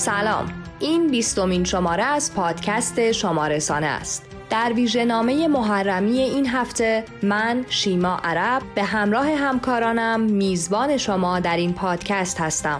سلام، این 20مین شماره از پادکست شما رسانه است. در ویژه‌نامه محرمی این هفته من شیما عرب به همراه همکارانم میزبان شما در این پادکست هستم.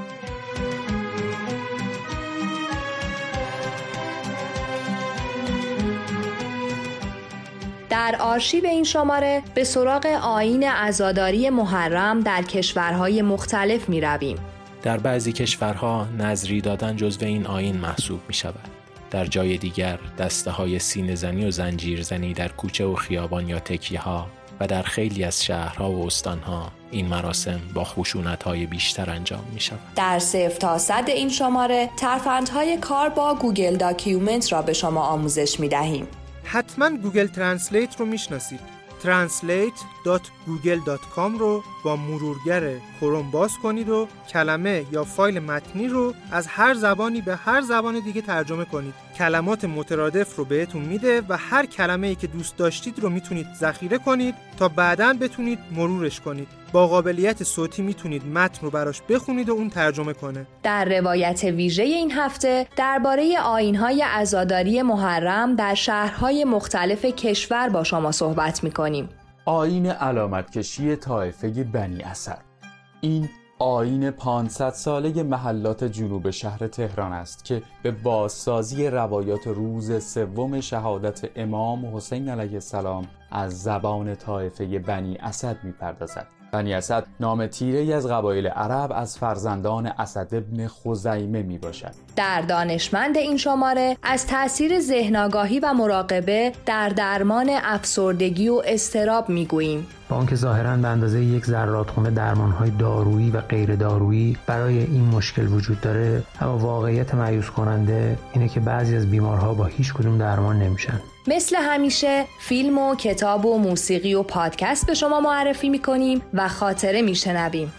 در آرشیو این شماره به سراغ آیین عزاداری محرم در کشورهای مختلف می رویم. در بعضی کشورها نذری دادن جزو این آیین محسوب می شود. در جای دیگر دسته های سینه زنی و زنجیر زنی در کوچه و خیابان یا تکیه ها و در خیلی از شهرها و استانها این مراسم با خشونت های بیشتر انجام می شود. در 0 تا 100 این شماره ترفندهای کار با گوگل داکیومنت را به شما آموزش می دهیم. حتما گوگل ترنسلیت رو میشناسید. translate.google.com رو با مرورگر کروم باز کنید و کلمه یا فایل متنی رو از هر زبانی به هر زبان دیگه ترجمه کنید. کلمات مترادف رو بهتون میده و هر کلمه‌ای که دوست داشتید رو میتونید ذخیره کنید تا بعداً بتونید مرورش کنید. با قابلیت صوتی میتونید متن رو براش بخونید و اون ترجمه کنه. در روایت ویژه این هفته درباره آیین‌های عزاداری محرم در شهرهای مختلف کشور با شما صحبت می‌کنیم. آیین علامتکشی طایفه بنی اسد. این آیین 500 ساله محلات جنوب شهر تهران است که به بازسازی روایات روز سوم شهادت امام حسین علیه السلام از زبان طایفه بنی اسد می‌پردازد. بنی اسد نام تیره‌ای از قبایل عرب از فرزندان اسد ابن خزیمه می باشد. در دانشمند این شماره از تأثیر ذهن‌آگاهی و مراقبه در درمان افسردگی و اضطراب می گوییم. با آنکه ظاهراً به اندازه یک ذراتخانه درمان‌های دارویی و غیر دارویی برای این مشکل وجود داره، اما واقعیت مایوس کننده اینه که بعضی از بیمارها با هیچ کدوم درمان نمیشن. مثل همیشه فیلم و کتاب و موسیقی و پادکست به شما معرفی می‌کنیم و خاطره می‌شنویم.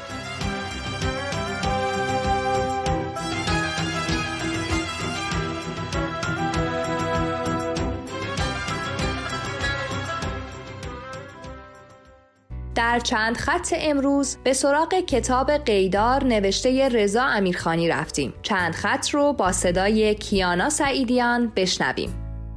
در چند خط امروز به سراغ کتاب قیدار نوشته رضا امیرخانی رفتیم. چند خط رو با صدای کیانا سعیدیان بشنویم.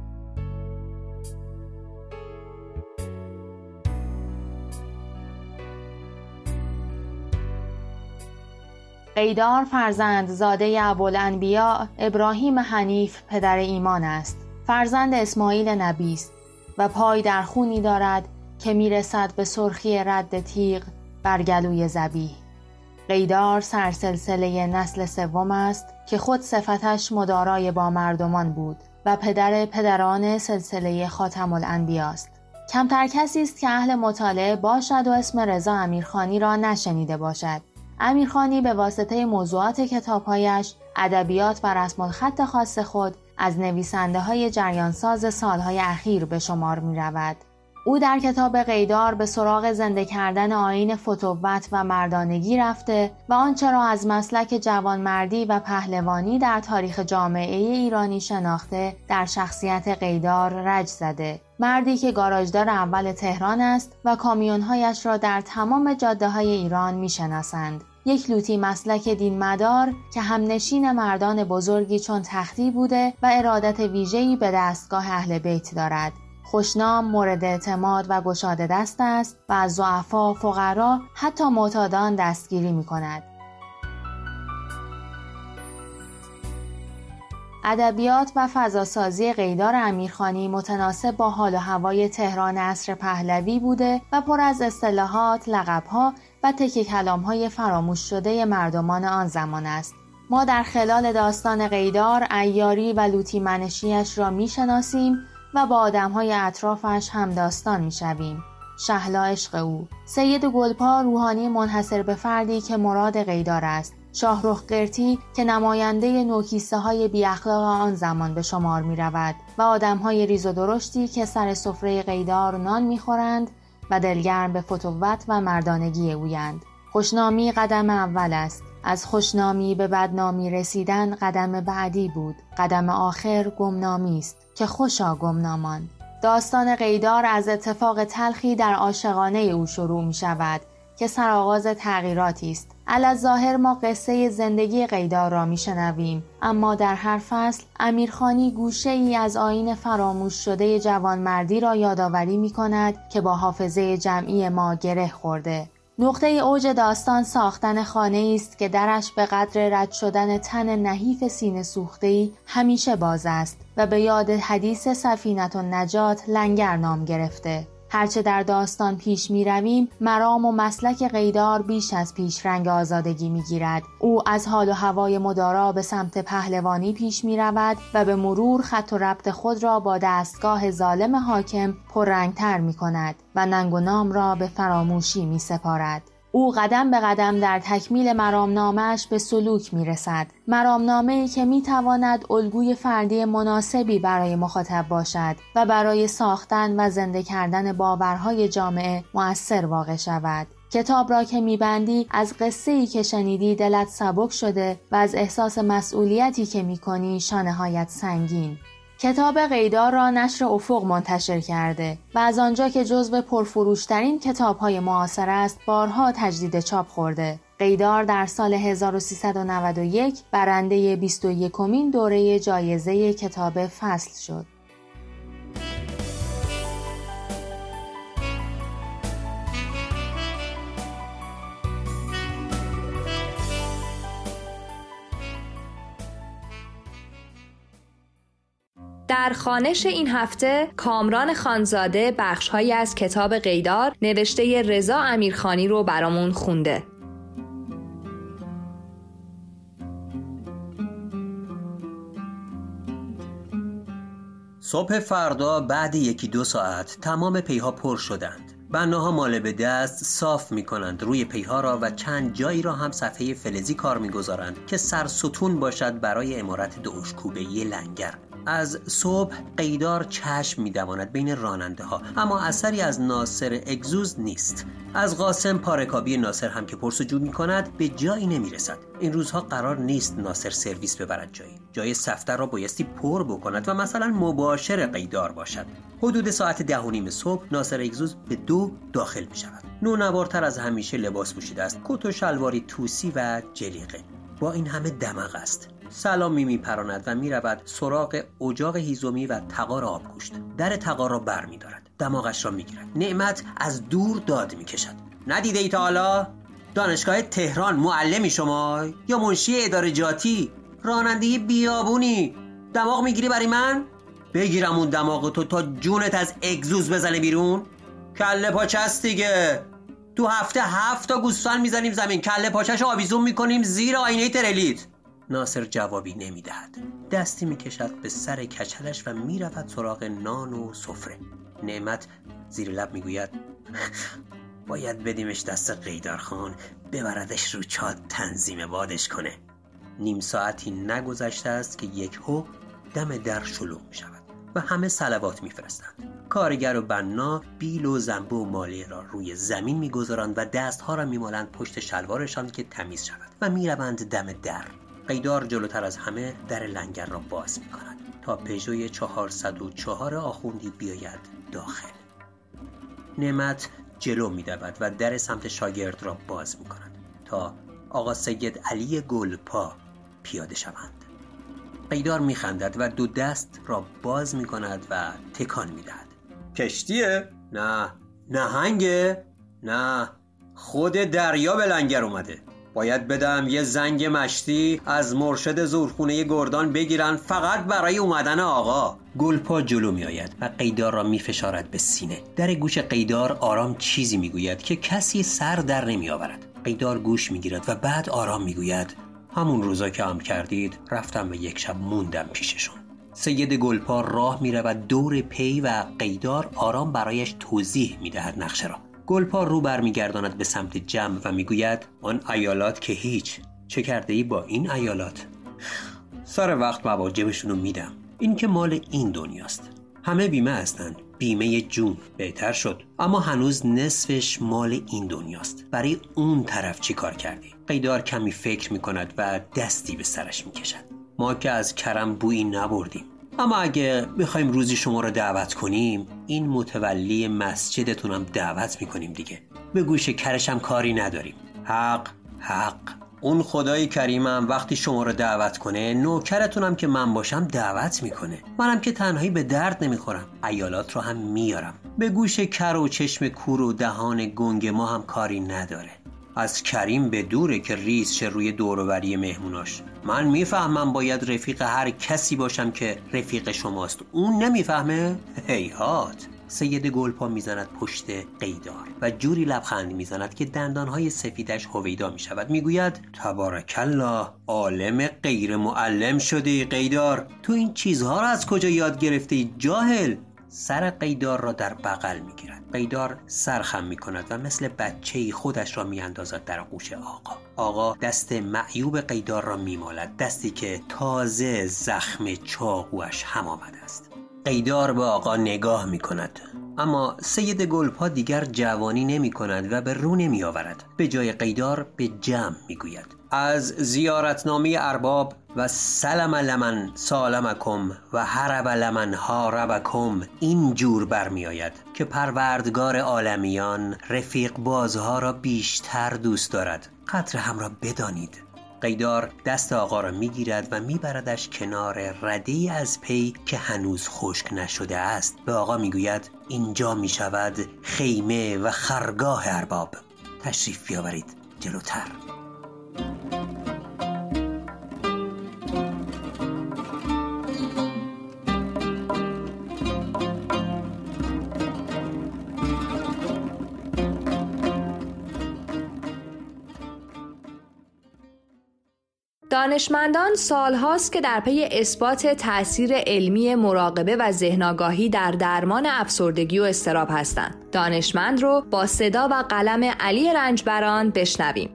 قیدار فرزندزاده ابوالانبیاء ابراهیم حنیف پدر ایمان است. فرزند اسماعیل نبی است و پای در خونی دارد که میرسد به سرخی رد تیغ بر گلوی ذبیح. قیدار سرسلسله نسل سوم است که خود صفتش مدارای با مردمان بود و پدر پدران سلسله خاتم الانبیا است. کمتر کسی است که اهل مطالعه باشد و اسم رضا امیرخانی را نشنیده باشد. امیرخانی به واسطه موضوعات کتابهایش، ادبیات و رسم الخط خاص خود از نویسنده‌های جریانساز سالهای اخیر به شمار می‌رود. او در کتاب قیدار به سراغ زنده کردن آیین فتوت و مردانگی رفته و آنچه را از مسلک جوانمردی و پهلوانی در تاریخ جامعه ایرانی شناخته در شخصیت قیدار رج زده. مردی که گاراژدار اول تهران است و کامیون‌هایش را در تمام جاده‌های ایران می‌شناسند. یک لوطی مسلک دین مدار که همنشین مردان بزرگی چون تختی بوده و ارادت ویژه‌ای به دستگاه اهل بیت دارد. خوشنام، مورد اعتماد و گشاده دست است و از ضعفا، فقرا، حتی معتادان دستگیری می‌کند. ادبیات و فضاسازی قیدار امیرخانی متناسب با حال و هوای تهران عصر پهلوی بوده و پر از اصطلاحات، لقب‌ها و تکه کلام‌های فراموش شده مردمان آن زمان است. ما در خلال داستان قیدار عیاری و لوطی منشی‌اش را می‌شناسیم و با آدم‌های اطرافش هم داستان می‌شویم. شهلا عشق او، سید گلپا روحانی منحصر به فردی که مراد قیدار است، شاهرخ قرتی که نماینده نوکیسه‌های بی اخلاق آن زمان به شمار می‌رود و آدم‌های ریز و درشتی که سر سفره قیدار نان می‌خورند و دلگرم به فتوت و مردانگی اویند. خوشنامی قدم اول است. از خوشنامی به بدنامی رسیدن قدم بعدی بود. قدم آخر گمنامی است که خوشا گمنامان. داستان قیدار از اتفاق تلخی در عاشقانه او شروع می شود که سرآغاز تغییراتی است. علاظاهر ما قصه زندگی قیدار را میشنویم، اما در هر فصل امیرخانی گوشه‌ای از آیین فراموش شده جوانمردی را یادآوری می‌کند که با حافظه جمعی ما گره خورده. نقطه اوج داستان ساختن خانه‌ای است که درش به قدر رد شدن تن نحیف سینه سوخته‌ای همیشه باز است و به یاد حدیث سفینة النجات لنگر نام گرفته. هرچه در داستان پیش می رویم، مرام و مسلک قیدار بیش از پیش رنگ آزادگی می گیرد. او از حال و هوای مدارا به سمت پهلوانی پیش می رود و به مرور خط و ربط خود را با دستگاه ظالم حاکم پررنگتر می کند و ننگ و نام را به فراموشی می سپارد. او قدم به قدم در تکمیل مرامنامه‌اش به سلوک می‌رسد. مرامنامه‌ای که می‌تواند الگوی فردی مناسبی برای مخاطب باشد و برای ساختن و زنده کردن باورهای جامعه مؤثر واقع شود. کتاب را که می‌بندی از قصه‌ای که شنیدی دلت سبک شده و از احساس مسئولیتی که می‌کنی شانه‌هایت سنگین. کتاب قیدار را نشر افق منتشر کرده و از آنجا که جزو پرفروشترین کتاب‌های معاصر است بارها تجدید چاپ خورده. قیدار در سال 1391 برنده 21مین دوره جایزه کتاب فصل شد. در خوانش این هفته کامران خانزاده بخش‌هایی از کتاب قیدار نوشته رضا امیرخانی رو برامون خونده. صبح فردا بعد 1-2 ساعت تمام پیها پر شدند. بناها ماله به دست صاف می کنند روی پیها را و چند جایی را هم صفحه فلزی کار می گذارند که سرستون باشد برای عمارت دوشکوبه‌ای لنگر. از صبح قیدار چشم می دواند بین راننده ها، اما اثری از ناصر اگزوز نیست. از قاسم پارکابی ناصر هم که پرسجو می کند به جایی نمی رسد. این روزها قرار نیست ناصر سرویس ببرد جای صفتر را بایستی پر بکند و مثلا مباشر قیدار باشد. حدود ساعت 10:30 صبح ناصر اگزوز به 2 داخل می شود. نونوارتر از همیشه لباس پوشیده است، کت و شلواری توسی و جلیقه. با این همه دماغ است. سلامی میپراند و میرود سراغ اجاق هیزومی و تقار آبگوشت. در تقار را بر میدارد، دماغش را میگیرد. نعمت از دور داد میکشد. ندیده ای تا حالا؟ دانشگاه تهران معلمی شما یا منشی اداره جاتی؟ راننده بیابونی؟ دماغ میگیری برای من؟ بگیرم اون دماغ تو تا جونت از اگزوز بزنه بیرون؟ کله پاچه است دیگه. تو هفته 7 تا گوسفند میزنیم زمین، کله پاچه‌ش آویزون میکنیم زیر آینه ترلیت. ناصر جوابی نمیدهد. دستی میکشد به سر کچلش و میرود سراغ نان و سفره. نعمت زیر لب میگوید باید بدیمش دست قیدار خان ببردش رو چاد تنظیم بادش کنه. نیم ساعتی نگذشته است که یکهو دم در شلوغ میشود و همه صلوات میفرستند. کارگر و بنا بیل و زنبو و ماله را روی زمین میگذارند و دستها را میمالند پشت شلوارشان که تمیز شود و میروند دم در. قیدار جلوتر از همه در لنگر را باز میکند تا پژوی 404 آخوندی بیاید داخل. نعمت جلو میدود و در سمت شاگرد را باز میکند تا آقا سید علی گلپا پیاده شوند. قیدار میخندد و 2 دست را باز میکند و تکان میدهد. کشتیه؟ نه. نهنگه؟ نه. خود دریا به لنگر اومده. باید بدم یه زنگ مشتی از مرشد زورخونه گردان بگیرن فقط برای اومدن آقا. گلپا جلو می آید و قیدار را می فشارد به سینه. در گوش قیدار آرام چیزی می گوید که کسی سر در نمی آورد. قیدار گوش می گیرد و بعد آرام می گوید همون روزا که امر کردید رفتم و یک شب موندم پیششون. سید گلپا راه می رود دور پی و قیدار آرام برایش توضیح می دهد نقشه را. گلپا رو برمیگرداند به سمت جمع و میگوید آن ایالات که هیچ. چه کرده ای با این ایالات؟ سر وقت مواجبشونو میدم. این که مال این دنیاست. همه بیمه هستند. بیمه جون. بهتر شد. اما هنوز نصفش مال این دنیاست. برای اون طرف چی کار کردی؟ قیدار کمی فکر میکند و دستی به سرش میکشد. ما که از کرم بویی نبردیم. اما اگه بخوایم روزی شما رو دعوت کنیم، این متولی مسجدتونم دعوت میکنیم دیگه. به گوش کرشم کاری نداریم. حق اون خدای کریمم وقتی شما رو دعوت کنه، نوکرتونم که من باشم دعوت میکنه. منم که تنهایی به درد نمیخورم، عیالات رو هم میارم. به گوش کر و چشم کور و دهان گنگ ما هم کاری نداره. از کریم به دوره که ریز شه روی دوروبری مهموناش. من میفهمم باید رفیق هر کسی باشم که رفیق شماست. اون نمیفهمه؟ هیهات. سید گلپا میزند پشت قیدار و جوری لبخند میزند که دندانهای سفیدش هویدا میشود. میگوید تبارکالله، عالم غیر معلم شدی قیدار. تو این چیزها را از کجا یاد گرفتی جاهل؟ سر قیدار را در بغل میگیرد. قیدار سرخم میکند و مثل بچه‌ای خودش را میاندازد در آغوش آقا. آقا دست معیوب قیدار را میمالد، دستی که تازه زخم چاقوش هم آمده است. قیدار به آقا نگاه میکند، اما سید گلپا دیگر جوانی نمی کند و به رو نمی آورد. به جای قیدار به جمع می گوید از زیارتنامه ارباب و سلم لمن سالمکم و حرب لمن حاربکم این جور برمی آید که پروردگار عالمیان رفیق بازها را بیشتر دوست دارد. قدر هم را بدانید. قیدار دست آقا را میگیرد و میبردش کنار رده‌ای از پی که هنوز خشک نشده است. به آقا میگوید اینجا میشود خیمه و خرگاه ارباب. تشریف بیاورید جلوتر. دانشمندان سالهاست که در پی اثبات تأثیر علمی مراقبه و ذهن‌آگاهی در درمان افسردگی و اضطراب هستند. دانشمند رو با صدا و قلم علی رنجبران بشنویم.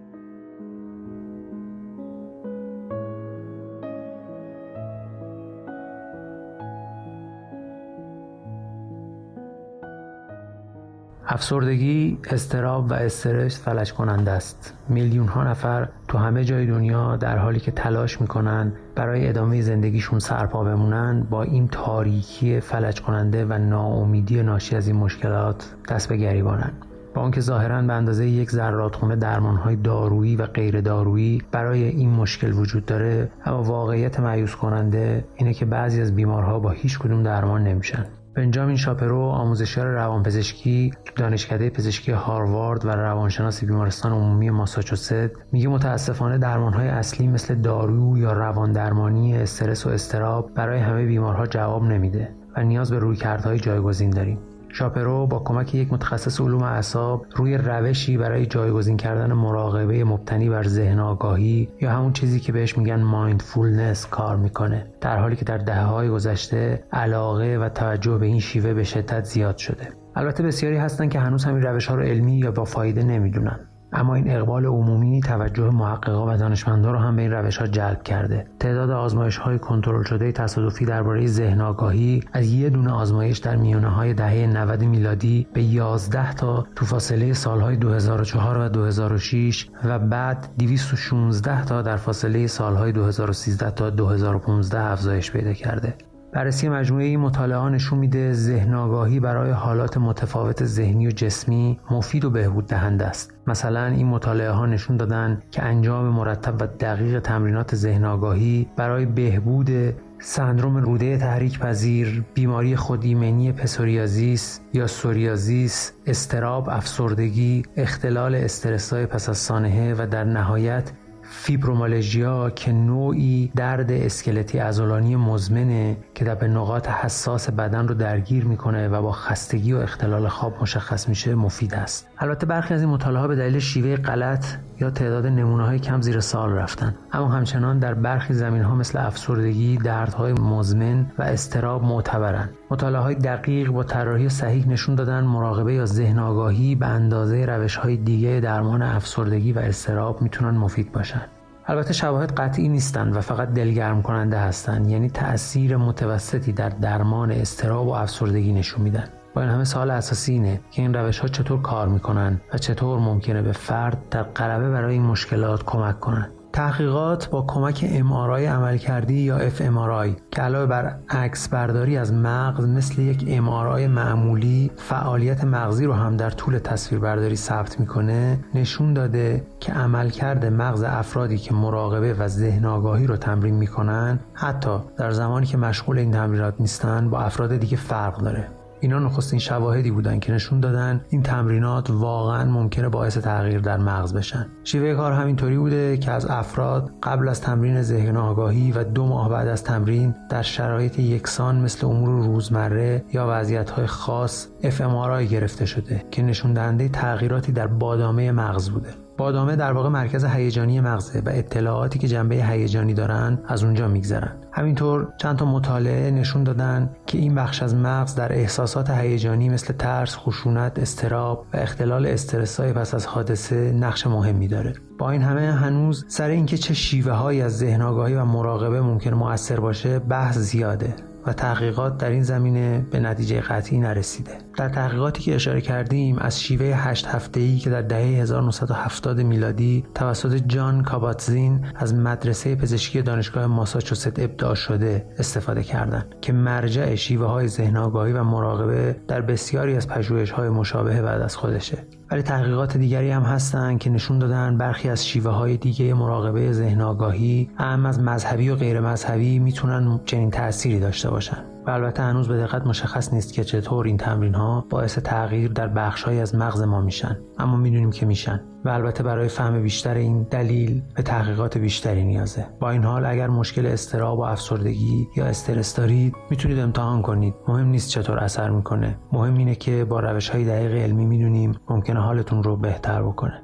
افسردگی، اضطراب و استرس فلج کننده است. میلیون ها نفر تو همه جای دنیا در حالی که تلاش میکنن برای ادامه زندگیشون سرپا بمونن، با این تاریکی فلج کننده و ناامیدی ناشی از این مشکلات دست به گریبانن. با اون که ظاهراً به اندازه یک زرادخونه درمانهای دارویی و غیر دارویی برای این مشکل وجود داره، اما واقعیت مایوس کننده اینه که بعضی از بیمارها با هیچ کدوم درمان نمیشن. بنجامین شاپرو، آموزشیار روانپزشکی، دانشکده پزشکی هاروارد و روانشناس بیمارستان عمومی ماساچوست، میگه متاسفانه درمانهای اصلی مثل دارو یا روان درمانی استرس و اضطراب برای همه بیمارها جواب نمیده و نیاز به رویکردهای جایگزین داریم. شاپرو با کمک یک متخصص علوم اعصاب روی روشی برای جایگزین کردن مراقبه مبتنی بر ذهن آگاهی یا همون چیزی که بهش میگن مایندفولنس کار میکنه، در حالی که در دهه‌های گذشته علاقه و توجه به این شیوه به شدت زیاد شده. البته بسیاری هستن که هنوز همین روش‌ها رو علمی یا با فایده نمیدونن، اما این اقبال عمومی توجه محققا و دانشمندان رو هم به این روش‌ها جلب کرده. تعداد آزمایش‌های کنترل شده تصادفی درباره ذهن آگاهی از یه دونه آزمایش در میانه‌های دهه 90 میلادی به 11 تا تو فاصله سال‌های 2004 و 2006 و بعد 216 تا در فاصله سال‌های 2013 تا 2015 افزایش پیدا کرده. بررسی مجموعه این مطالعه نشون میده ذهن آگاهی برای حالات متفاوت ذهنی و جسمی مفید و بهبود دهنده است. مثلا این مطالعه ها نشون دادن که انجام مرتب و دقیق تمرینات ذهن آگاهی برای بهبود سندرم روده تحریک پذیر، بیماری خودایمنی پسوریازیس یا سوریازیس، اضطراب، افسردگی، اختلال استرس‌های پس از سانحه و در نهایت فیبرومیالژیا که نوعی درد اسکلتی عضلانی مزمنه که در نقاط حساس بدن رو درگیر میکنه و با خستگی و اختلال خواب مشخص میشه مفید است. البته برخی از این مطالعه ها به دلیل شیوه غلط یا تعداد نمونه‌های کم زیر سوال رفتن، اما همچنان در برخی زمینه‌ها مثل افسردگی، دردهای مزمن و اضطراب معتبرن. مطالعه‌های دقیق با طراحی صحیح نشون دادن مراقبه یا ذهن آگاهی به اندازه روش‌های دیگه درمان افسردگی و اضطراب میتونن مفید باشن. البته شواهد قطعی نیستن و فقط دلگرم کننده هستن، یعنی تأثیر متوسطی در درمان اضطراب و افسردگی نشون میدن. با این همه سوال اساسی اینه که این روش‌ها چطور کار میکنن و چطور ممکنه به فرد در غلبه برای این مشکلات کمک کنن. تحقیقات با کمک MRI عملکردی یا fMRI که علاوه بر عکس برداری از مغز مثل یک MRI معمولی فعالیت مغزی رو هم در طول تصویربرداری ثبت میکنه، نشون داده که عملکرد مغز افرادی که مراقبه و ذهن آگاهی رو تمرین میکنن حتی در زمانی که مشغول این تمرینات نیستن با افراد دیگه فرق داره. اینا نخستین شواهدی بودن که نشون دادن این تمرینات واقعا ممکنه باعث تغییر در مغز بشن. شیوه کار همینطوری بوده که از افراد قبل از تمرین ذهن آگاهی و 2 ماه بعد از تمرین در شرایط یکسان مثل امور روزمره یا وضعیت‌های خاص fMRI گرفته شده که نشون دهنده تغییراتی در بادامه مغز بوده. بادامه در واقع مرکز هیجانی مغزه و اطلاعاتی که جنبه هیجانی دارن از اونجا میگذرن. همینطور چند تا مطالعه نشون دادن که این بخش از مغز در احساسات هیجانی مثل ترس، خشونت، اضطراب و اختلال استرس‌های پس از حادثه نقش مهمی داره. با این همه هنوز سر اینکه چه شیوه‌هایی از ذهن آگاهی و مراقبه ممکن مؤثر باشه بحث زیاده و تحقیقات در این زمینه به نتیجه قطعی نرسیده. در تحقیقاتی که اشاره کردیم از شیوه 8 هفته‌ای که در دهه 1970 میلادی توسط جان کاباتزین از مدرسه پزشکی دانشگاه ماساچوست ابداع شده استفاده کردند که مرجع شیوه‌های ذهن آگاهی و مراقبه در بسیاری از پژوهش‌های مشابه بعد از خودشه. ولی تحقیقات دیگری هم هستن که نشون دادن برخی از شیوه‌های دیگه مراقبه ذهن آگاهی هم از مذهبی و غیر مذهبی میتونن چنین تأثیری داشته باشن. و البته هنوز به دقت مشخص نیست که چطور این تمرین‌ها باعث تغییر در بخش‌هایی از مغز ما میشن، اما میدونیم که میشن و البته برای فهم بیشتر این دلیل به تحقیقات بیشتری نیازه. با این حال اگر مشکل اضطراب و افسردگی یا استرس دارید میتونید امتحان کنید. مهم نیست چطور اثر میکنه، مهم اینه که با روش‌های دقیق علمی میدونیم ممکنه حالتون رو بهتر بکنه.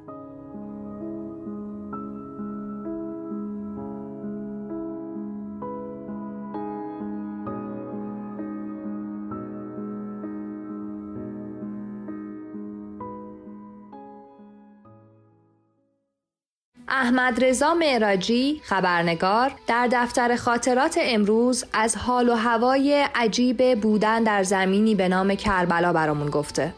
احمدرضا معراجی، خبرنگار، در دفتر خاطرات امروز از حال و هوای عجیب بودن در زمینی به نام کربلا برامون گفته.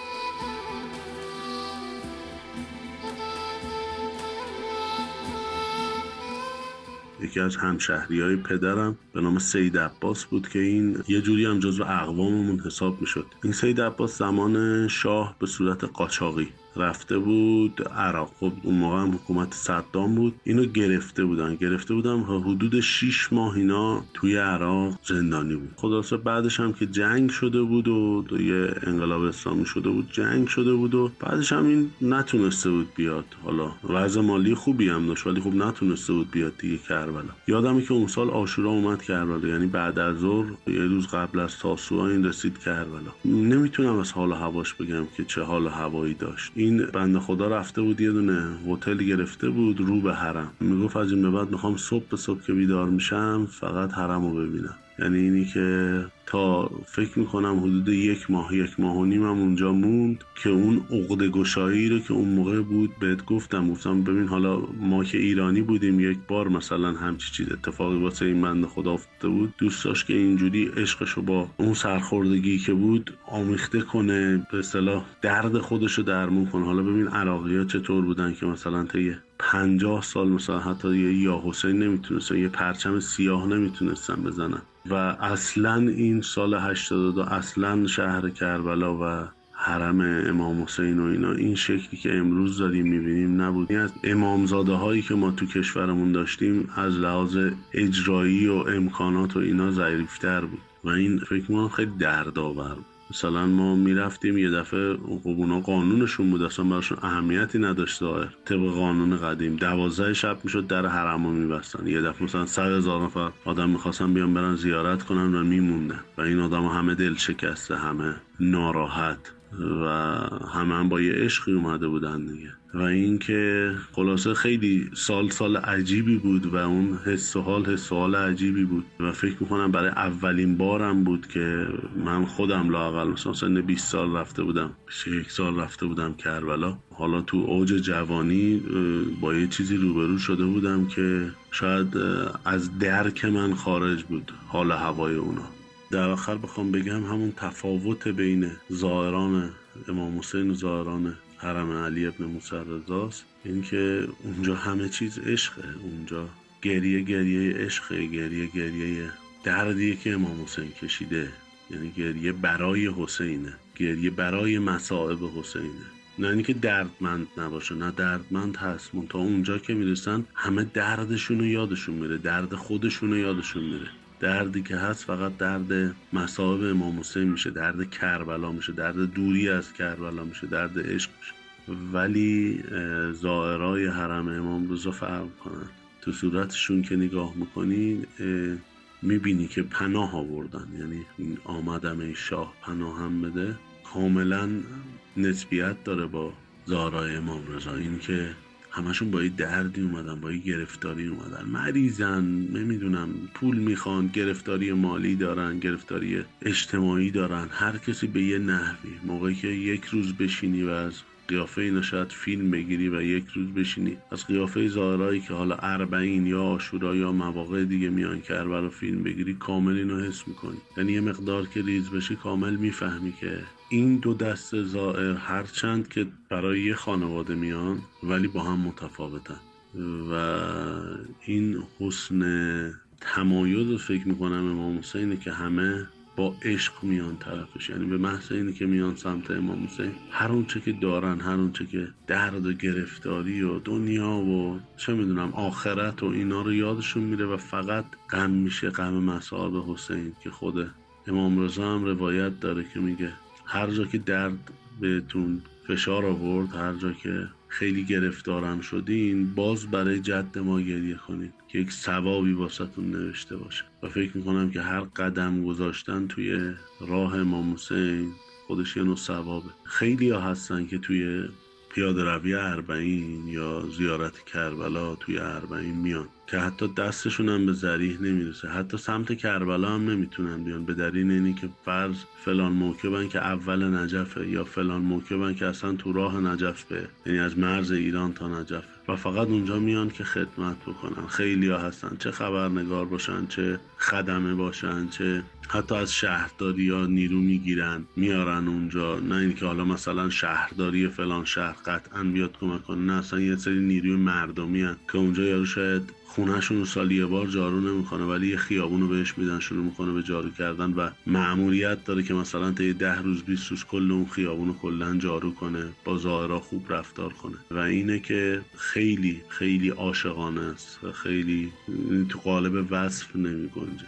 یکی از همشهریای پدرم به نام سید عباس بود که این یه جوری هم جزو اقواممون حساب میشد. این سید عباس زمان شاه به صورت قاچاقی رفته بود عراق. خب اون موقع هم حکومت صدام بود. اینو گرفته بودن حدود 6 ماه اینا توی عراق زندانی بود. خلاصه بعدش هم که جنگ شده بود و یه انقلاب اسلامی شده بود، جنگ شده بود و بعدش هم این نتونسته بود بیاد. حالا وضع مالی خوبی هم داشت ولی خب نتونسته بود بیاد دیگه کربلا. یادمه که اون سال عاشورا اومد کربلا، یعنی بعد از ظهر یه روز قبل از تاسوعا این رسید کربلا. نمیتونم از حال و هواش بگم که چه حال و هوایی داشت. این بنده خدا رفته بود یه دونه هتل گرفته بود رو به حرم. میگفت از این به بعد میخوام صبح به صبح که بیدار میشم فقط حرم رو ببینم. یعنی اینی که تا فکر میکنم حدود 1 ماه 1.5 ماه هم اونجا موند که اون عقده گشایی رو که اون موقع بود بهت گفتم ببین حالا ما که ایرانی بودیم یک بار مثلا همچی چیز اتفاقی واسه این بنده خدا افتاده بود، دوست داشت که اینجوری عشقشو با اون سرخوردگی که بود آمیخته کنه، به اصطلاح درد خودشو درمون کنه. حالا ببین عراقی‌ها چطور بودن که مثلا تا 50 سال مثلا حتی یا حسین نمیتونستن یه پرچم سیاه نمیتونستن بزنن و اصلا این سال 82 اصلا شهر کربلا و حرم امام حسین و اینا این شکلی که امروز داریم میبینیم نبود. از امامزاده هایی که ما تو کشورمون داشتیم از لحاظ اجرایی و امکانات و اینا ضعیف‌تر بود و این فکر می‌کنم خیلی دردآور بود. مثلا ما میرفتیم یه دفعه اونا قانونشون بود اصلا براشون اهمیتی نداشت ظاهر طبق قانون قدیم 12 شب میشد در حرم رو میبستن. یه دفعه مثلا 100,000 نفر آدم میخواستن بیان برن زیارت کنن و میموندن و این آدم همه دل شکسته، همه ناراحت و همه با یه عشقی اومده بودن دیگه. و این که خلاصه خیلی سال عجیبی بود و اون حس و حال عجیبی بود و فکر میکنم برای اولین بارم بود که من خودم لااقل مثلا سن 20 سال رفته بودم، 21 سال رفته بودم کربلا. حالا تو اوج جوانی با یه چیزی روبرو شده بودم که شاید از درک من خارج بود حال هوای اونا. در آخر بخوام بگم همون تفاوت بین زائران امام حسین و زائران حرم علی ابن موسی رضاست، این که اونجا همه چیز عشقه، اونجا گریه عشقه، گریه دردیه که امام حسین کشیده، یعنی گریه برای حسینه، گریه برای مصائب حسینه. نه اینکه دردمند نباشه، نه دردمند هست، منتها اونجا که میرسن همه دردشون رو یادشون میره، درد خودشون رو یادشون میره. دردی که هست فقط درد مصائب امام حسین میشه، درد کربلا میشه، درد دوری از کربلا میشه، درد عشق میشه. ولی زائرای حرم امام رضا فرق کنن، تو صورتشون که نگاه میکنی میبینی که پناه آوردن، یعنی این آمدم ای شاه پناه هم بده کاملا نسبیت داره با زائرای امام رضا. این که همشون با یه دردی اومدن، با یه گرفتاری اومدن، مریضن، نمیدونم پول میخوان، گرفتاری مالی دارن، گرفتاری اجتماعی دارن، هر کسی به یه نحوی. موقعی که یک روز بشینی و از قیافه اینا شاید فیلم بگیری و یک روز بشینی از قیافه زائرایی که حالا اربعین یا عاشورا یا مواقع دیگه میان کربلا فیلم بگیری، کامل اینو حس میکنی. یعنی یه مقدار که ریز بشی کامل میفهمی که این دو دسته زائر هرچند که برای یه خانواده میان ولی با هم متفاوتن و این حسن تمایز فکر میکنم امام حسینه که همه با عشق میان طرفش. یعنی به محض اینه که میان سمت امام حسین، هر اون چه که دارن، هر اون چه که درد و گرفتاری و دنیا و چه میدونم آخرت و اینا رو یادشون میره و فقط غم میشه، غم مصائب حسین. که خود امام رضا هم روایت داره که میگه هر جا که درد بهتون فشار آورد، هر جا که خیلی گرفتارم شدین، باز برای جد ما گریه کنید که یک ثوابی واسهتون نوشته باشه. و فکر میکنم که هر قدم گذاشتن توی راه امام حسین خودش یه نوع ثوابه. خیلی ها هستن که توی پیاده روی اربعین یا زیارت کربلا توی اربعین میان که حتی دستشون هم به ذریح نمیرسه، حتی سمت کربلا هم نمیتونن بیان، به دلیل اینی که فرض فلان موکبن که اول نجفه یا فلان موکبن که اصلا تو راه نجف به، یعنی از مرز ایران تا نجف، و فقط اونجا میان که خدمت بکنن. خیلی ها هستن، چه خبرنگار باشن، چه خدمه باشن، چه حتی از شهرداری ها نیرو میگیرن میارن اونجا. نه اینکه حالا مثلا شهرداری فلان شهر قطعا بیاد کمک کنه، نه، اصلا یه سری نیروی مردمی هست که اونجا یارو شاید خونهشون رو سالی یه بار جارو نمیکنه ولی یه خیابون رو بهش میدن شروع میکنه به جارو کردن و مأموریت داره که مثلا تا 10 روز 20 روز کل اون خیابون رو کلا جارو کنه، با زائرا خوب رفتار کنه. و اینه که خیلی خیلی عاشقانه است و خیلی تو قالب وصف نمیگنجه.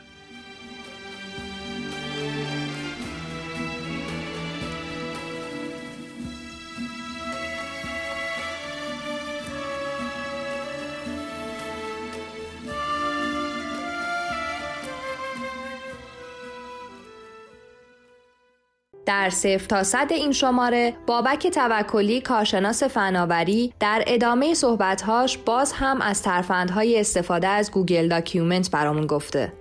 در 0 تا 100 این شماره بابک توکلی کارشناس فناوری در ادامه صحبت‌هاش باز هم از ترفندهای استفاده از گوگل داکیومنت برامون گفته.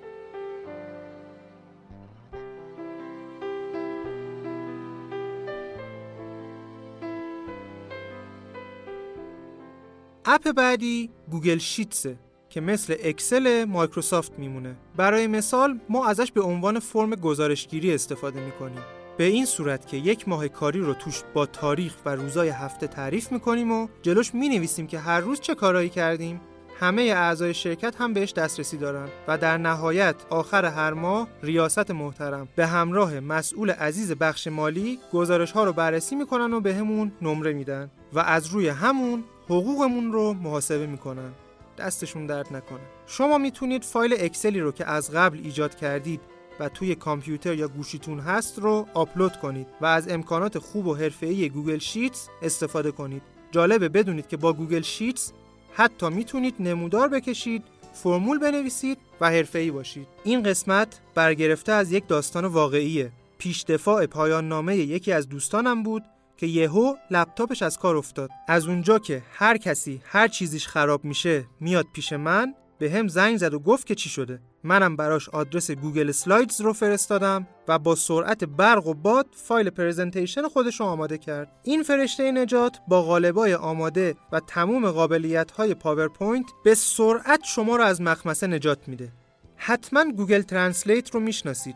اپ بعدی گوگل شیتسه که مثل اکسل مایکروسافت میمونه. برای مثال ما ازش به عنوان فرم گزارشگیری استفاده میکنیم، به این صورت که یک ماه کاری رو توش با تاریخ و روزای هفته تعریف میکنیم و جلوش مینویسیم که هر روز چه کارایی کردیم. همه اعضای شرکت هم بهش دسترسی دارن و در نهایت آخر هر ماه ریاست محترم به همراه مسئول عزیز بخش مالی گزارش ها رو بررسی میکنن و بهمون نمره میدن و از روی همون حقوقمون رو محاسبه میکنن. دستشون درد نکنه. شما میتونید فایل اکسلی رو که از قبل ایجاد کردید و توی کامپیوتر یا گوشیتون هست رو آپلود کنید و از امکانات خوب و حرفه‌ای گوگل شیتس استفاده کنید. جالبه بدونید که با گوگل شیتس حتی میتونید نمودار بکشید، فرمول بنویسید و حرفه‌ای باشید. این قسمت برگرفته از یک داستان واقعیه. پیش دفاع پایان نامه یکی از دوستانم بود که یهو لپتاپش از کار افتاد. از اونجا که هر کسی هر چیزیش خراب میشه میاد پیش من، به هم زنگ زد و گفت که چی شده. منم براش آدرس گوگل اسلایدز رو فرستادم و با سرعت برق و باد فایل پرزنتیشن خودش رو آماده کرد. این فرشته نجات با قالب‌های آماده و تمام قابلیت‌های پاورپوینت به سرعت شما رو از مخمسه نجات میده. حتما گوگل ترنسلیت رو میشناسید.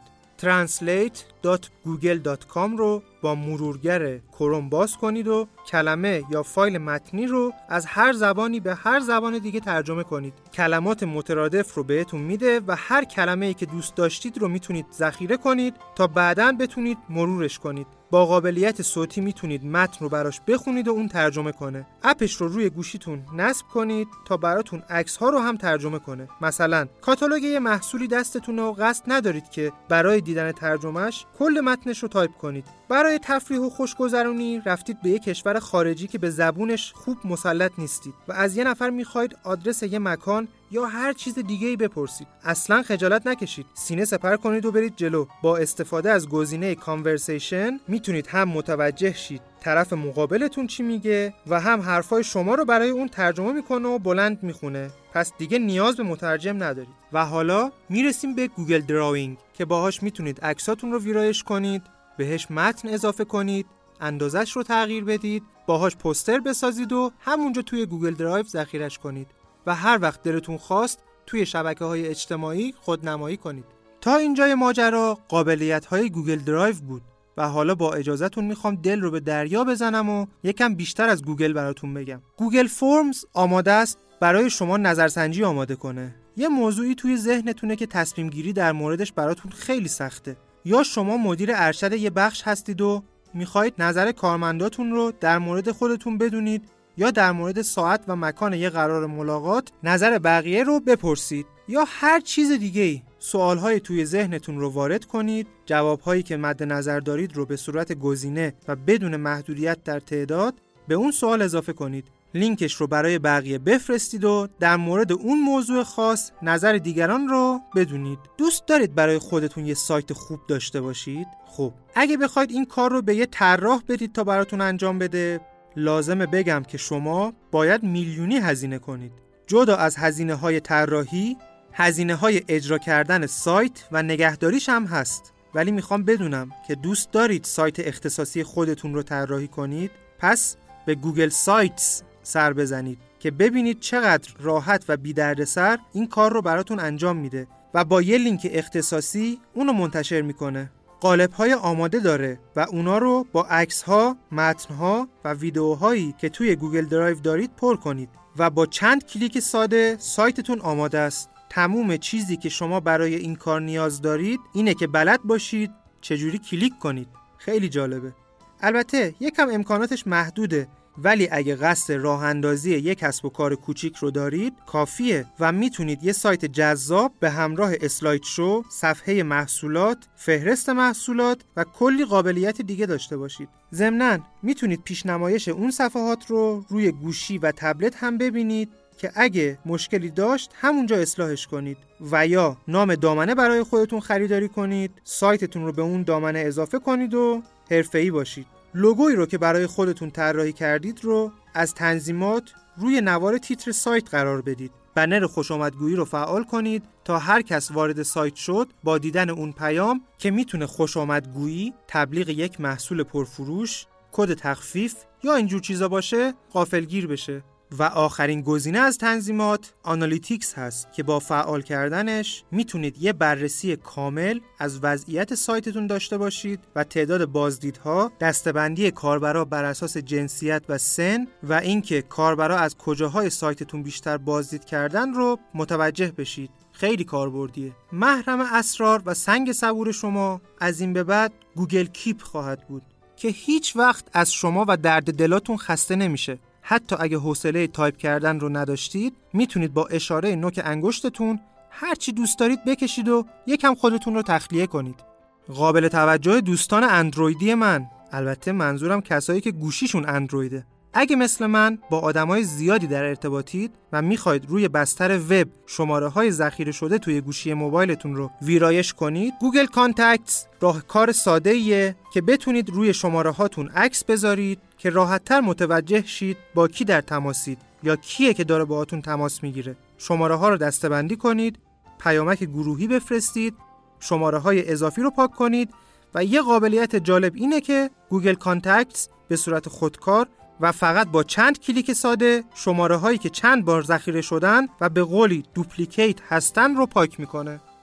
translate.google.com رو با مرورگر کروم باز کنید و کلمه یا فایل متنی رو از هر زبانی به هر زبان دیگه ترجمه کنید. کلمات مترادف رو بهتون میده و هر کلمه‌ای که دوست داشتید رو میتونید ذخیره کنید تا بعداً بتونید مرورش کنید. با قابلیت صوتی میتونید متن رو براش بخونید و اون ترجمه کنه. اپش رو روی گوشیتون نصب کنید تا براتون عکس‌ها رو هم ترجمه کنه. مثلا کاتالوگ یه محصولی دستتونه و قصد ندارید که برای دیدن ترجمهش کل متنش رو تایپ کنید. برای تفریح و خوشگذرونی رفتید به یه کشور خارجی که به زبونش خوب مسلط نیستید و از یه نفر میخواید آدرس یه مکان یا هر چیز دیگه‌ای بپرسید. اصلاً خجالت نکشید. سینه سپر کنید و برید جلو. با استفاده از گزینه کانورسیشن میتونید هم متوجه شید طرف مقابلتون چی میگه و هم حرفای شما رو برای اون ترجمه میکنه و بلند میخونه. پس دیگه نیاز به مترجم ندارید. و حالا میرسیم به گوگل دراوینگ که باهاش میتونید عکساتون رو ویرایش کنید، بهش متن اضافه کنید، اندازش رو تغییر بدید، باهاش پوستر بسازید و همونجا توی گوگل درایو ذخیرش کنید و هر وقت دلتون خواست توی شبکه‌های اجتماعی خودنمایی کنید. تا اینجای ماجرا قابلیت‌های گوگل درایو بود و حالا با اجازهتون میخوام دل رو به دریا بزنم و یکم بیشتر از گوگل براتون بگم. گوگل فرمز آماده است برای شما نظرسنجی آماده کنه. یه موضوعی توی ذهنتونه که تصمیم گیری در موردش براتون خیلی سخته، یا شما مدیر ارشد یه بخش هستید و میخواید نظر کارمنداتون رو در مورد خودتون بدونید، یا در مورد ساعت و مکان یه قرار ملاقات نظر بقیه رو بپرسید، یا هر چیز دیگه‌ای. سوالهای توی ذهنتون رو وارد کنید، جوابهایی که مد نظر دارید رو به صورت گزینه و بدون محدودیت در تعداد به اون سوال اضافه کنید. لینکش رو برای بقیه بفرستید و در مورد اون موضوع خاص نظر دیگران رو بدونید. دوست دارید برای خودتون یه سایت خوب داشته باشید؟ خب اگه بخواید این کار رو به یه طراح بدید تا براتون انجام بده، لازمه بگم که شما باید میلیونی هزینه کنید. جدا از هزینه‌های طراحی، هزینه‌های اجرا کردن سایت و نگهداریش هم هست. ولی میخوام بدونم که دوست دارید سایت اختصاصی خودتون رو طراحی کنید؟ پس به گوگل سایتس سر بزنید که ببینید چقدر راحت و بی دردسر این کار رو براتون انجام میده و با یه لینک اختصاصی اونو منتشر میکنه. قالب‌های آماده داره و اونا رو با عکس‌ها، متن‌ها و ویدیوهایی که توی گوگل درایو دارید پر کنید و با چند کلیک ساده سایتتون آماده است. تموم چیزی که شما برای این کار نیاز دارید اینه که بلد باشید چجوری کلیک کنید. خیلی جالبه. البته یکم امکاناتش محدوده، ولی اگه قصد راه اندازی یک کسب و کار کوچیک رو دارید کافیه و میتونید یه سایت جذاب به همراه اسلاید شو، صفحه محصولات، فهرست محصولات و کلی قابلیت دیگه داشته باشید. ضمناً میتونید پیشنمایش اون صفحات رو روی گوشی و تبلت هم ببینید که اگه مشکلی داشت همونجا اصلاحش کنید و یا نام دامنه برای خودتون خریداری کنید، سایتتون رو به اون دامنه اضافه کنید و حرفه‌ای باشید. لوگویی رو که برای خودتون طراحی کردید رو از تنظیمات روی نوار تیتر سایت قرار بدید. بنر خوشامدگویی رو فعال کنید تا هر کس وارد سایت شد با دیدن اون پیام که میتونه خوشامدگویی، تبلیغ یک محصول پرفروش، کد تخفیف یا اینجور چیزا باشه غافلگیر بشه. و آخرین گزینه از تنظیمات آنالیتیکس هست که با فعال کردنش میتونید یه بررسی کامل از وضعیت سایتتون داشته باشید و تعداد بازدیدها، دسته‌بندی کاربرا بر اساس جنسیت و سن و اینکه کاربرا از کجاهای سایتتون بیشتر بازدید کردن رو متوجه بشید. خیلی کاربردیه. محرم اسرار و سنگ صبور شما از این به بعد گوگل کیپ خواهد بود که هیچ وقت از شما و درد دلاتون خسته نمیشه. حتی اگه حوصله تایپ کردن رو نداشتید میتونید با اشاره نوک انگشتتون هر چی دوست دارید بکشید و یکم خودتون رو تخلیه کنید. قابل توجه دوستان اندرویدی من، البته منظورم کسایی که گوشیشون اندرویده. اگه مثل من با آدمای زیادی در ارتباطید و میخواید روی بستر وب شماره‌های ذخیره شده توی گوشی موبایلتون رو ویرایش کنید، گوگل کانتکتس راهکار ساده‌ایه که بتونید روی شماره‌هاتون عکس بذارید که راحت‌تر متوجه شید با کی در تماسید یا کیه که داره باهاتون تماس میگیره. شماره‌ها رو دسته‌بندی کنید، پیامک گروهی بفرستید، شماره‌های اضافی رو پاک کنید و یه قابلیت جالب اینه که گوگل کانتکتس به صورت خودکار و فقط با چند کلیک ساده شماره هایی که چند بار ذخیره شدن و به قولی دوپلیکیت هستن رو پاک میکنه.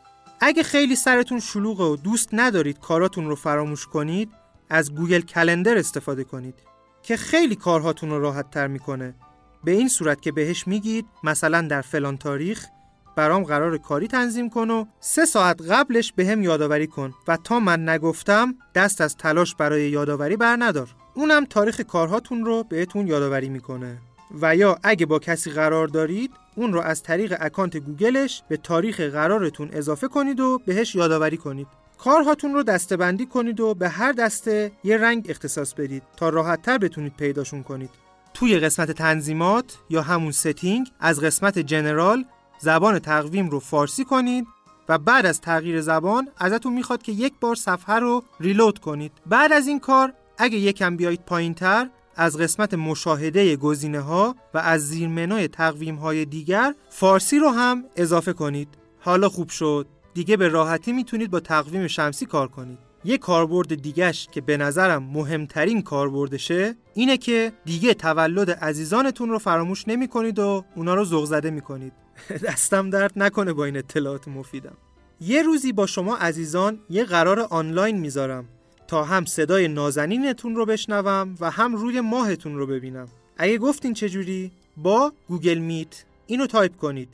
اگه خیلی سرتون شلوغه و دوست ندارید کاراتون رو فراموش کنید، از گوگل کلندر استفاده کنید که خیلی کارهاتون رو راحت تر میکنه. به این صورت که بهش میگید مثلا در فلان تاریخ برام قرار کاری تنظیم کن و 3 ساعت قبلش بهم یادآوری کن و تا من نگفتم دست از تلاش برای یادآوری بر ندار. اونم تاریخ کارهاتون رو بهتون یادآوری میکنه. و یا اگه با کسی قرار دارید اون رو از طریق اکانت گوگلش به تاریخ قرارتون اضافه کنید و بهش یادآوری کنید. کارهاتون رو دسته‌بندی کنید و به هر دسته یه رنگ اختصاص بدید تا راحت‌تر بتونید پیداشون کنید. توی قسمت تنظیمات یا همون ستینگ از قسمت جنرال زبان تقویم رو فارسی کنید و بعد از تغییر زبان ازتون میخواد که یک بار صفحه رو ریلود کنید. بعد از این کار اگه یکم بیایید پایین‌تر از قسمت مشاهده گزینه‌ها و از زیر منوی تقویم‌های دیگر فارسی رو هم اضافه کنید. حالا خوب شد. دیگه به راحتی میتونید با تقویم شمسی کار کنید. یه کاربرد دیگه‌ش که به نظرم مهمترین کاربردشه اینه که دیگه تولد عزیزانتون رو فراموش نمی‌کنید و اونا رو ذوق زده می‌کنید. دستم درد نکنه با این اطلاعات مفیدم. یه روزی با شما عزیزان یه قرار آنلاین میذارم تا هم صدای نازنینتون رو بشنوم و هم روی ماهتون رو ببینم. اگه گفتین چجوری؟ با گوگل میت. اینو تایپ کنید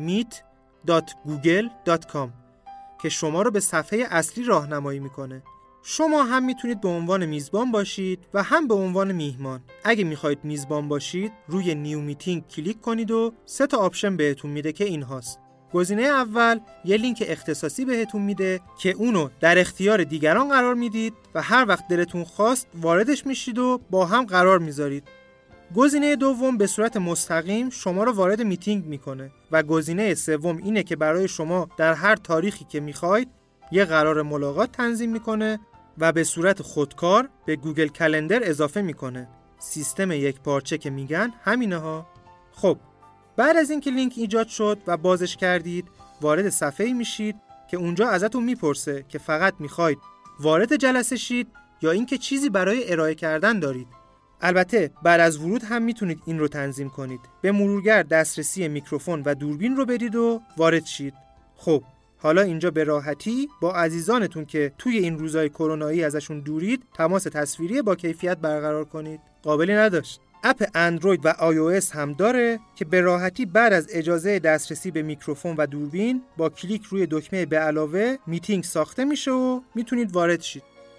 meet.google.com که شما رو به صفحه اصلی راهنمایی میکنه. شما هم میتونید به عنوان میزبان باشید و هم به عنوان میهمان. اگه میخواید میزبان باشید روی نیو میتینگ کلیک کنید و 3 تا آپشن بهتون میده که این هاست. گزینه اول یه لینک اختصاصی بهتون میده که اونو در اختیار دیگران قرار میدید و هر وقت دلتون خواست واردش میشید و با هم قرار میذارید. گزینه دوم به صورت مستقیم شما رو وارد میتینگ میکنه و گزینه سوم اینه که برای شما در هر تاریخی که میخواید یه قرار ملاقات تنظیم میکنه و به صورت خودکار به گوگل کلندر اضافه میکنه. سیستم یک پارچه که میگن همینه ها. خب بعد از اینکه لینک ایجاد شد و بازش کردید وارد صفحه‌ای میشید که اونجا ازتون میپرسه که فقط میخواید وارد جلسه شید یا اینکه چیزی برای ارائه کردن دارید. البته بعد از ورود هم میتونید این رو تنظیم کنید. به مرورگر دسترسی میکروفون و دوربین رو بدید و وارد شید. خب حالا اینجا به راحتی با عزیزانتون که توی این روزهای کرونایی ازشون دورید تماس تصویری با کیفیت برقرار کنید. قابلی نداشت. اپ اندروید و iOS هم داره که به راحتی بعد از اجازه دسترسی به میکروفون و دوربین با کلیک روی دکمه به علاوه میتینگ ساخته میشه و میتونید وارد شید.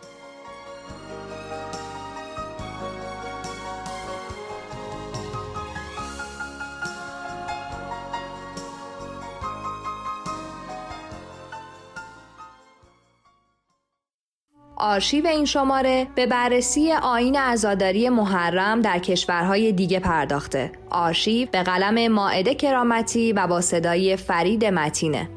آرشیو این شماره به بررسی آیین عزاداری محرم در کشورهای دیگه پرداخته. آرشیو به قلم مائده کرامتی و با صدای فرید متینه.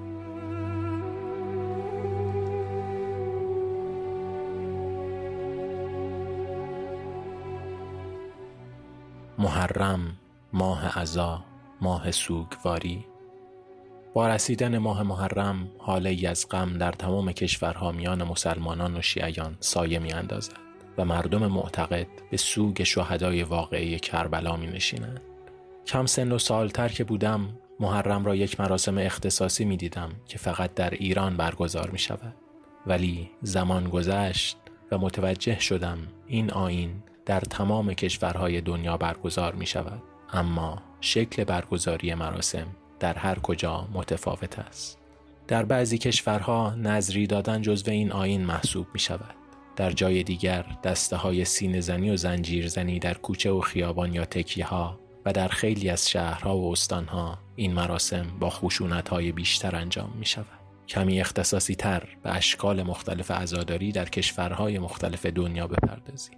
محرم، ماه عزا، ماه سوگواری. با رسیدن ماه محرم حاله‌ای از غم در تمام کشورها میان مسلمانان و شیعیان سایه می اندازد و مردم معتقد به سوگ شهدای واقعی کربلا می نشینند. کم سن و سالتر که بودم محرم را یک مراسم اختصاصی می دیدم که فقط در ایران برگزار می شود. ولی زمان گذشت و متوجه شدم این آیین در تمام کشورهای دنیا برگزار می شود، اما شکل برگزاری مراسم در هر کجا متفاوت است. در بعضی کشورها نذری دادن جزو این آیین محسوب می شود. در جای دیگر دسته های سینه زنی و زنجیر زنی در کوچه و خیابان یا تکیه ها و در خیلی از شهرها و استانها این مراسم با خشونت های بیشتر انجام می شود. کمی اختصاصی تر به اشکال مختلف عزاداری در کشورهای مختلف دنیا بپردازیم.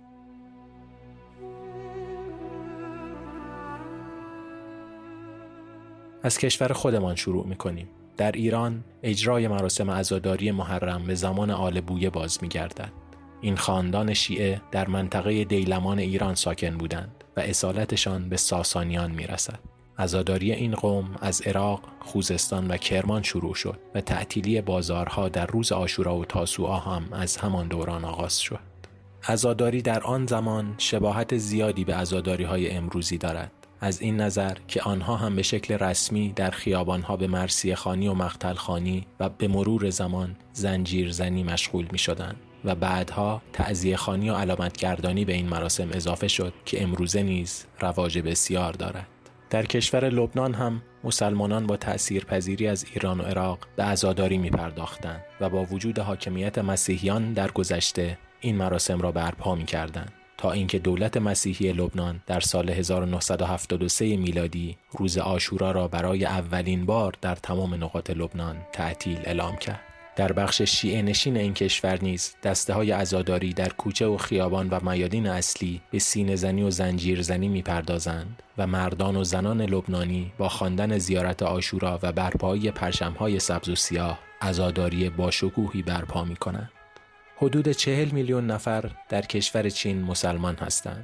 از کشور خودمان شروع می‌کنیم. در ایران اجرای مراسم عزاداری محرم به زمان آل بویه باز می‌گردد. این خاندان شیعه در منطقه دیلمان ایران ساکن بودند و اصالتشان به ساسانیان می‌رسد. عزاداری این قوم از عراق، خوزستان و کرمان شروع شد و تعطیلی بازارها در روز عاشورا و تاسوعا هم از همان دوران آغاز شد. عزاداری در آن زمان شباهت زیادی به عزاداری‌های امروزی دارد، از این نظر که آنها هم به شکل رسمی در خیابانها به مرثیه خوانی و مقتل خوانی و به مرور زمان زنجیرزنی مشغول می شدند و بعدها تعزیه خوانی و علامتگردانی به این مراسم اضافه شد که امروزه نیز رواج بسیار دارد. در کشور لبنان هم مسلمانان با تأثیرپذیری از ایران و عراق به عزاداری می پرداختند و با وجود حاکمیت مسیحیان در گذشته این مراسم را برپا می کردند تا اینکه دولت مسیحی لبنان در سال 1973 میلادی روز عاشورا را برای اولین بار در تمام نقاط لبنان تعطیل اعلام کرد. در بخش شیعه نشین این کشور نیز دسته‌های عزاداری در کوچه و خیابان و میادین اصلی به سینه‌زنی و زنجیرزنی می‌پردازند و مردان و زنان لبنانی با خواندن زیارت عاشورا و برپایی پرچم‌های سبز و سیاه عزاداری باشکوهی برپا می‌کنند. حدود 40 میلیون نفر در کشور چین مسلمان هستند.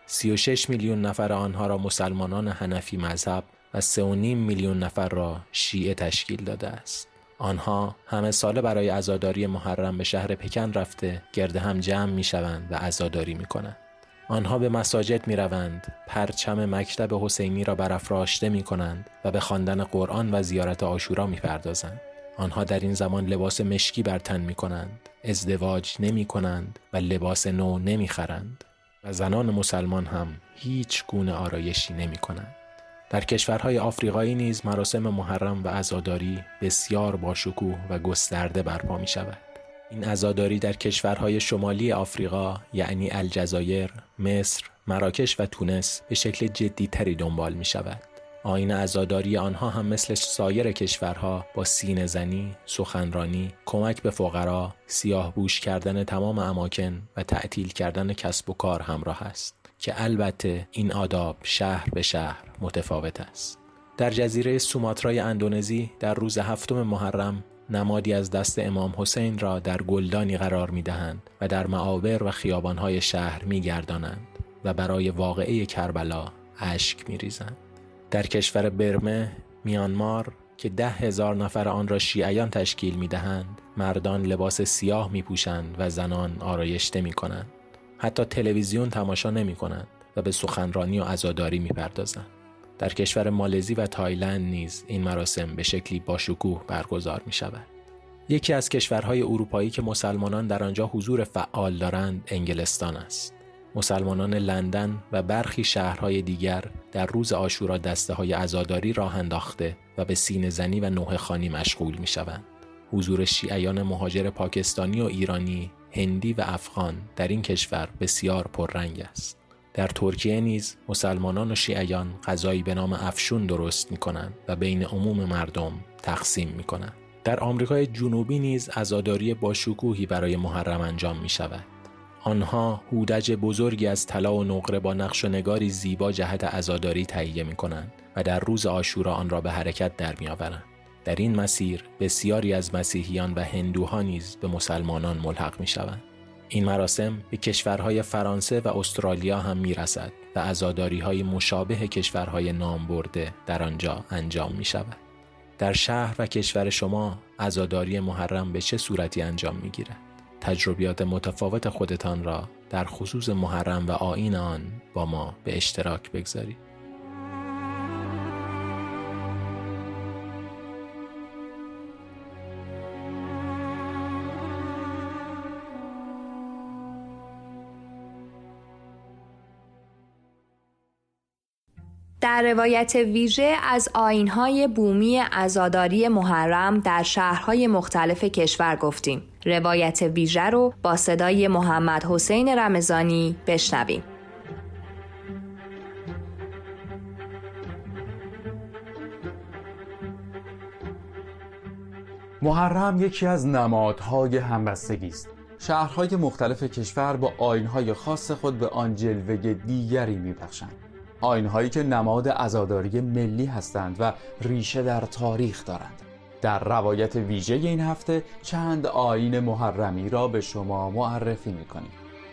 36 میلیون نفر آنها را مسلمانان حنفی مذهب و 3.5 میلیون نفر را شیعه تشکیل داده است. آنها همه ساله برای عزاداری محرم به شهر پکن رفته گرد هم جمع می شوند و عزاداری می کنند. آنها به مساجد می روند، پرچم مکتب حسینی را برافراشته می کنند و به خواندن قرآن و زیارت عاشورا می پردازند. آنها در این زمان لباس مشکی بر تن می کنند، ازدواج نمی کنند و لباس نو نمی خرند و زنان مسلمان هم هیچ گونه آرایشی نمی کنند. در کشورهای آفریقایی نیز مراسم محرم و عزاداری بسیار باشکوه و گسترده برپا می شود. این عزاداری در کشورهای شمالی آفریقا یعنی الجزایر، مصر، مراکش و تونس به شکل جدی‌تری دنبال می شود. آیین عزاداری آنها هم مثل سایر کشورها با سینه‌زنی، سخنرانی، کمک به فقرا، سیاه‌پوش کردن تمام اماکن و تعطیل کردن کسب و کار همراه است که البته این آداب شهر به شهر متفاوت است. در جزیره سوماترای اندونزی در روز 7 محرم نمادی از دست امام حسین را در گلدانی قرار می‌دهند و در معابر و خیابان‌های شهر می‌گردانند و برای واقعه کربلا اشک می‌ریزند. در کشور برمه، میانمار که 10,000 نفر آن را شیعیان تشکیل می‌دهند، مردان لباس سیاه می‌پوشند و زنان آرایش نمی‌کنند. حتی تلویزیون تماشا نمی‌کنند و به سخنرانی و عزاداری می‌پردازند. در کشور مالزی و تایلند نیز این مراسم به شکلی باشکوه برگزار می‌شود. یکی از کشورهای اروپایی که مسلمانان در آنجا حضور فعال دارند انگلستان است. مسلمانان لندن و برخی شهرهای دیگر در روز عاشورا دسته‌های عزاداری راه انداخته و به سینه‌زنی و نوحه خوانی مشغول می‌شوند. حضور شیعیان مهاجر پاکستانی و ایرانی، هندی و افغان در این کشور بسیار پررنگ است. در ترکیه نیز مسلمانان و شیعیان غذایی به نام افشون درست می‌کنند و بین عموم مردم تقسیم می‌کنند. در آمریکای جنوبی نیز عزاداری با شکوهی برای محرم انجام می‌شود. آنها هودج بزرگی از طلا و نقره با نقش و نگاری زیبا جهت عزاداری تهیه می‌کنند و در روز عاشورا آن را به حرکت در می‌آورند. در این مسیر بسیاری از مسیحیان و هندوها نیز به مسلمانان ملحق می‌شوند. این مراسم به کشورهای فرانسه و استرالیا هم می‌رسد و عزاداری‌های مشابه کشورهای نام برده در آنجا انجام می‌شود. در شهر و کشور شما عزاداری محرم به چه صورتی انجام می‌گیرد؟ تجربیات متفاوت خودتان را در خصوص محرم و آیین آن با ما به اشتراک بگذارید. در روایت ویژه از آیین‌های بومی عزاداری محرم در شهرهای مختلف کشور گفتیم. روایت ویژه رو با صدای محمد حسین رمضانی بشنویم. محرم یکی از نمادهای همبستگی است. شهرهای مختلف کشور با آیین‌های خاص خود به آن جلوه دیگری می‌بخشند. آیین‌هایی که نماد عزاداری ملی هستند و ریشه در تاریخ دارند. در روایت ویژه این هفته چند آیین محرمی را به شما معرفی می‌کنیم.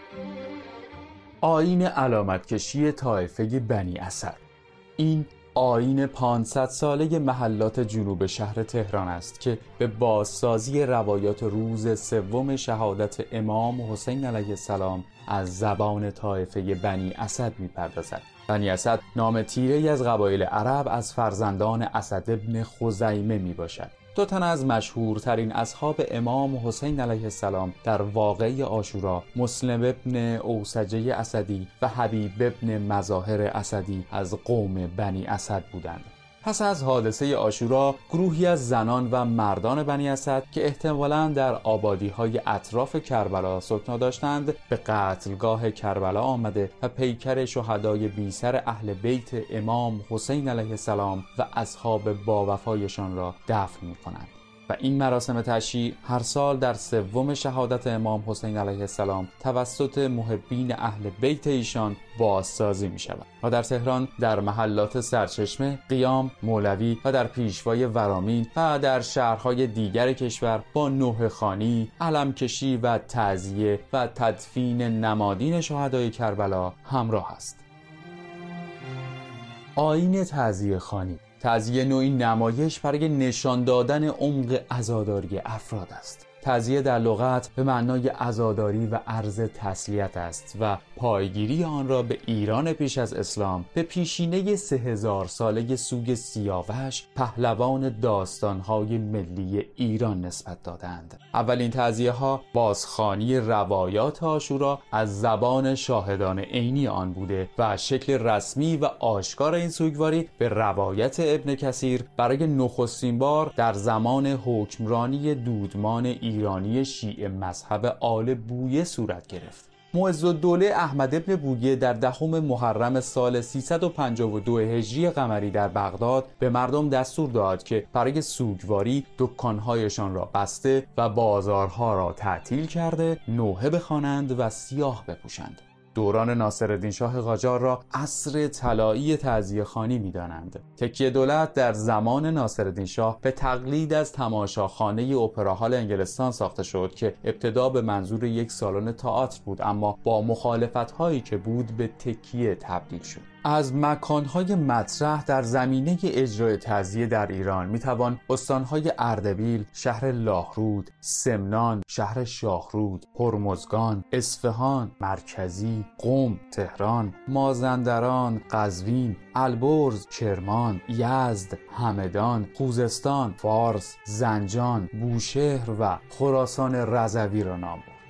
آیین علامتکشی طایفه بنی اسد. این آیین 500 ساله محلات جنوب شهر تهران است که به بازسازی روایات روز 3 شهادت امام حسین علیه السلام از زبان طایفه بنی اسد می‌پردازد. بنی اسد نام تیره‌ای از قبایل عرب از فرزندان اسد ابن خزیمه می باشد. دو تن از مشهورترین اصحاب امام حسین علیه السلام در واقعه عاشورا، مسلم ابن اوسجه اسدی و حبیب ابن مظاهر اسدی از قوم بنی اسد بودند. پس از حادثه عاشورا گروهی از زنان و مردان بنی اسد که احتمالاً در آبادی‌های اطراف کربلا سکنا داشتند به قتلگاه کربلا آمده و پیکر شهدای بیسر اهل بیت امام حسین علیه السلام و اصحاب باوفایشان را دفن می‌کنند. و این مراسم تشییع هر سال در سوم شهادت امام حسین علیه السلام توسط محبین اهل بیت ایشان بازسازی می شود و در تهران در محلات سرچشمه، قیام، مولوی و در پیشوای ورامین و در شهرهای دیگر کشور با نوحه خوانی، علمکشی و تعزیه و تدفین نمادین شهدای کربلا همراه است. آیین تعزیه خوانی تعزیه نوعی نمایش برای نشان دادن عمق عزاداری افراد است. تعزیه در لغت به معنای عزاداری و عرض تسلیت است و پایگیری آن را به ایران پیش از اسلام به پیشینه 3000 ساله سوگ سیاوش پهلوان داستان‌های ملی ایران نسبت دادند. اولین تعزیه ها بازخوانی روایات عاشورا از زبان شاهدان عینی آن بوده و شکل رسمی و آشکار این سوگواری به روایت ابن کثیر برای نخستین بار در زمان حکمرانی دودمان ایرانی شیعه مذهب آل بویه صورت گرفت. معزالدوله احمد ابن بویه در 10 محرم سال 352 هجری قمری در بغداد به مردم دستور داد که برای سوگواری دکانهایشان را بسته و بازارها را تعطیل کرده نوحه بخوانند و سیاه بپوشند. دوران ناصرالدین شاه قاجار را عصر طلایی تعزیه خوانی می‌دانند. تکیه دولت در زمان ناصرالدین شاه به تقلید از تماشاخانه اپراهال انگلستان ساخته شد که ابتدا به منظور یک سالن تئاتر بود، اما با مخالفت‌هایی که بود به تکیه تبدیل شد. از مکانهای مطرح در زمینه اجرای تعزیه در ایران میتوان استانهای اردبیل، شهر لاهرود، سمنان، شهر شاهرود، هرمزگان، اصفهان، مرکزی، قم، تهران، مازندران، قزوین، البرز، کرمان، یزد، همدان، خوزستان، فارس، زنجان، بوشهر و خراسان رضوی را نام برد.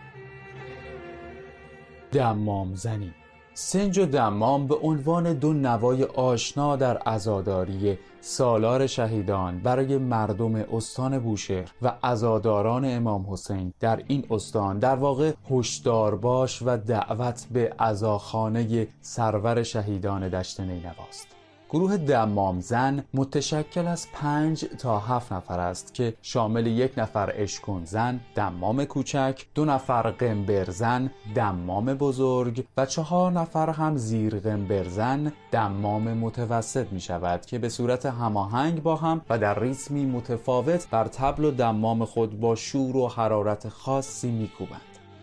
دمام زنی سنج و دمام به عنوان دو نوای آشنا در عزاداری سالار شهیدان برای مردم استان بوشهر و عزاداران امام حسین در این استان در واقع هشدار باش و دعوت به عزاخانه سرور شهیدان دشت نینواست. گروه دمام زن متشکل از 5 تا 7 نفر است که شامل 1 نفر اشکون زن، دمام کوچک، 2 نفر قنبر زن، دمام بزرگ و 4 نفر هم زیر قنبر زن، دمام متوسط می شود که به صورت هماهنگ با هم و در ریتمی متفاوت بر طبل و دمام خود با شور و حرارت خاصی می کوبند.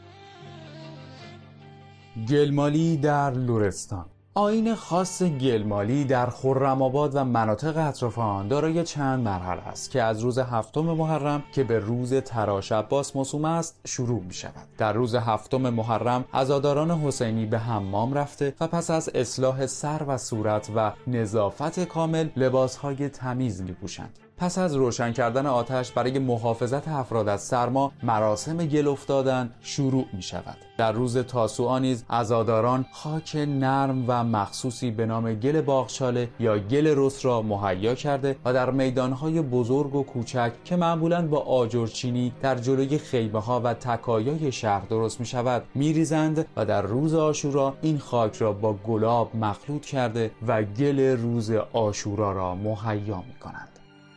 گلمالی در لرستان. آیین خاص گلمالی در خرم‌آباد و مناطق اطراف آن دارای چند مرحله است که از روز 7 محرم که به روز تراش عباس موسوم است شروع می شود. در روز 7 محرم عزاداران حسینی به حمام رفته و پس از اصلاح سر و صورت و نظافت کامل لباسهای تمیز می پوشند. پس از روشن کردن آتش برای محافظت افراد از سرما مراسم گل افتادن شروع می شود. در روز تاسوعا نیز عزاداران خاک نرم و مخصوصی به نام گل باغچاله یا گل رس را مهیا کرده و در میدانهای بزرگ و کوچک که معمولاً با آجرچینی در جلوی خیمه‌ها و تکایای شهر درست می شود می ریزند و در روز عاشورا این خاک را با گلاب مخلوط کرده و گل روز عاشورا را مهیا می کنند.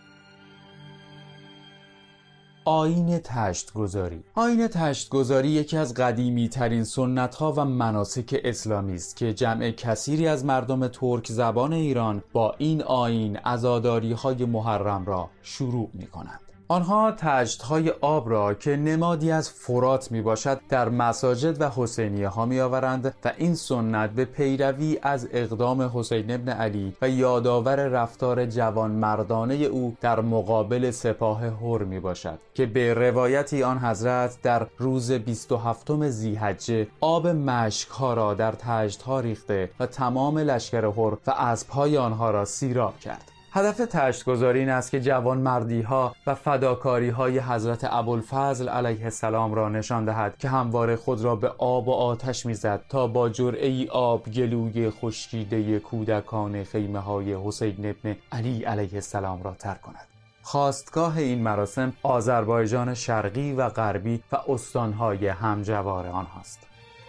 آیین تشت‌گذاری. آیین تشت‌گذاری یکی از قدیمی ترین سنت‌ها و مناسک اسلامی است که جمع کثیری از مردم ترک زبان ایران با این آیین عزاداری‌های محرم را شروع می‌کنند. آنها تجدهای آب را که نمادی از فرات می باشد در مساجد و حسینیه ها می آورند و این سنت به پیروی از اقدام حسین ابن علی و یادآور رفتار جوان مردانه او در مقابل سپاه هر می باشد که به روایتی آن حضرت در روز 27 ذی‌حجه آب مشک ها را در تجدها ریخته و تمام لشکر هر و اسبهای آنها را سیراب کرد. هدف تجدگذاری این است که جوان مردی ها و فداکاری های حضرت ابوالفضل علیه السلام را نشان دهد که همواره خود را به آب و آتش میزد تا با جرعه‌ای آب گلوی خشکیده کودکان خیمه های حسین ابن علی علیه السلام را تر کند. خواستگاه این مراسم آذربایجان شرقی و غربی و استانهای همجوار آنهاست.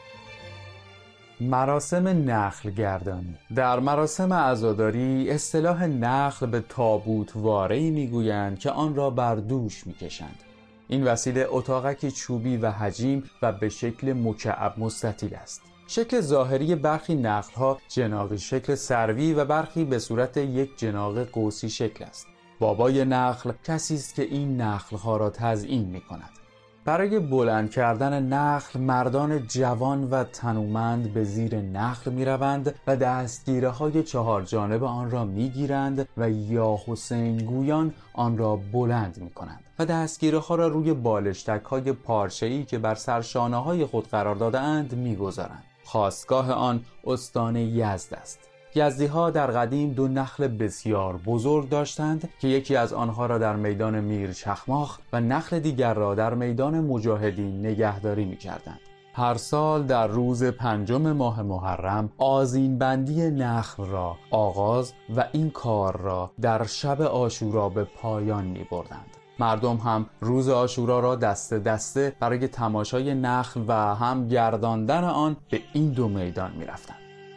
مراسم نخل گردانی. در مراسم عزاداری اصطلاح نخل به تابوت واره‌ای میگویند که آن را بر دوش میکشند. این وسیله اتاقکی چوبی و حجیم و به شکل مکعب مستطیل است. شکل ظاهری برخی نخل‌ها جناغی شکل سروی و برخی به صورت یک جناغ قوسی شکل است. بابای نخل کسی است که این نخل‌ها را تزیین می‌کند. برای بلند کردن نخل مردان جوان و تنومند به زیر نخل می روند و دستگیره های 4 جانب آن را می گیرند و یا حسین گویان آن را بلند می کنند و دستگیره ها را روی بالشتک های پارچه‌ای که بر سرشانه های خود قرار داده اند می گذارند. خاستگاه آن استان یزد است. یزدی ها در قدیم 2 نخل بسیار بزرگ داشتند که یکی از آنها را در میدان میر چخماخ و نخل دیگر را در میدان مجاهدین نگهداری می کردند. هر سال در روز 5 ماه محرم آذین بندی نخل را آغاز و این کار را در شب عاشورا به پایان می بردند. مردم هم روز عاشورا را دسته دسته برای تماشای نخل و هم گرداندن آن به این 2 میدان می رفتند.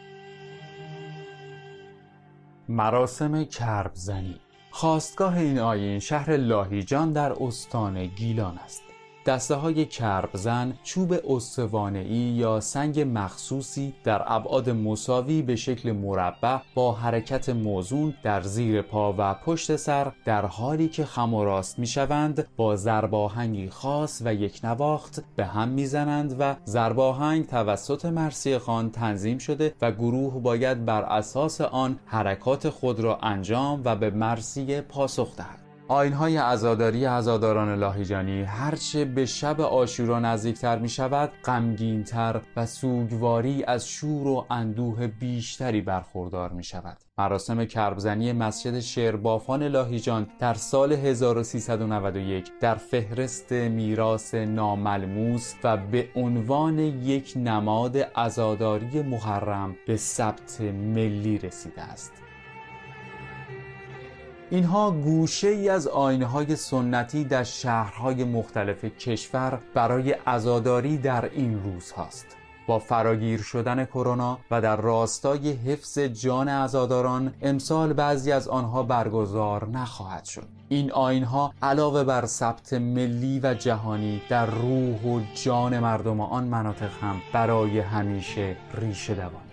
مراسم کرب زنی. خواستگاه این آیین شهر لاهیجان در استان گیلان است. دسته های کرب زن چوب استوانه‌ای یا سنگ مخصوصی در ابعاد مساوی به شکل مربع با حرکت موزون در زیر پا و پشت سر در حالی که خم و راست می شوند با ضرباهنگی خاص و یک نواخت به هم می زنند و ضرباهنگ توسط مرثیه خان تنظیم شده و گروه باید بر اساس آن حرکات خود را انجام و به مرثیه پاسخ دهد. آیین‌های عزاداری عزاداران لاهیجانی هرچه به شب عاشورا نزدیکتر می شود غمگین‌تر و سوگواری از شور و اندوه بیشتری برخوردار می شود. مراسم کربزنی مسجد شعربافان لاهیجان در سال 1391 در فهرست میراث ناملموس و به عنوان یک نماد عزاداری محرم به ثبت ملی رسیده است. اینها گوشه ای از آیین‌های سنتی در شهرهای مختلف کشور برای عزاداری در این روز هاست. با فراگیر شدن کرونا و در راستای حفظ جان عزاداران امسال بعضی از آنها برگزار نخواهد شد. این آیین‌ها علاوه بر ثبت ملی و جهانی در روح و جان مردم آن مناطق هم برای همیشه ریشه دوانده.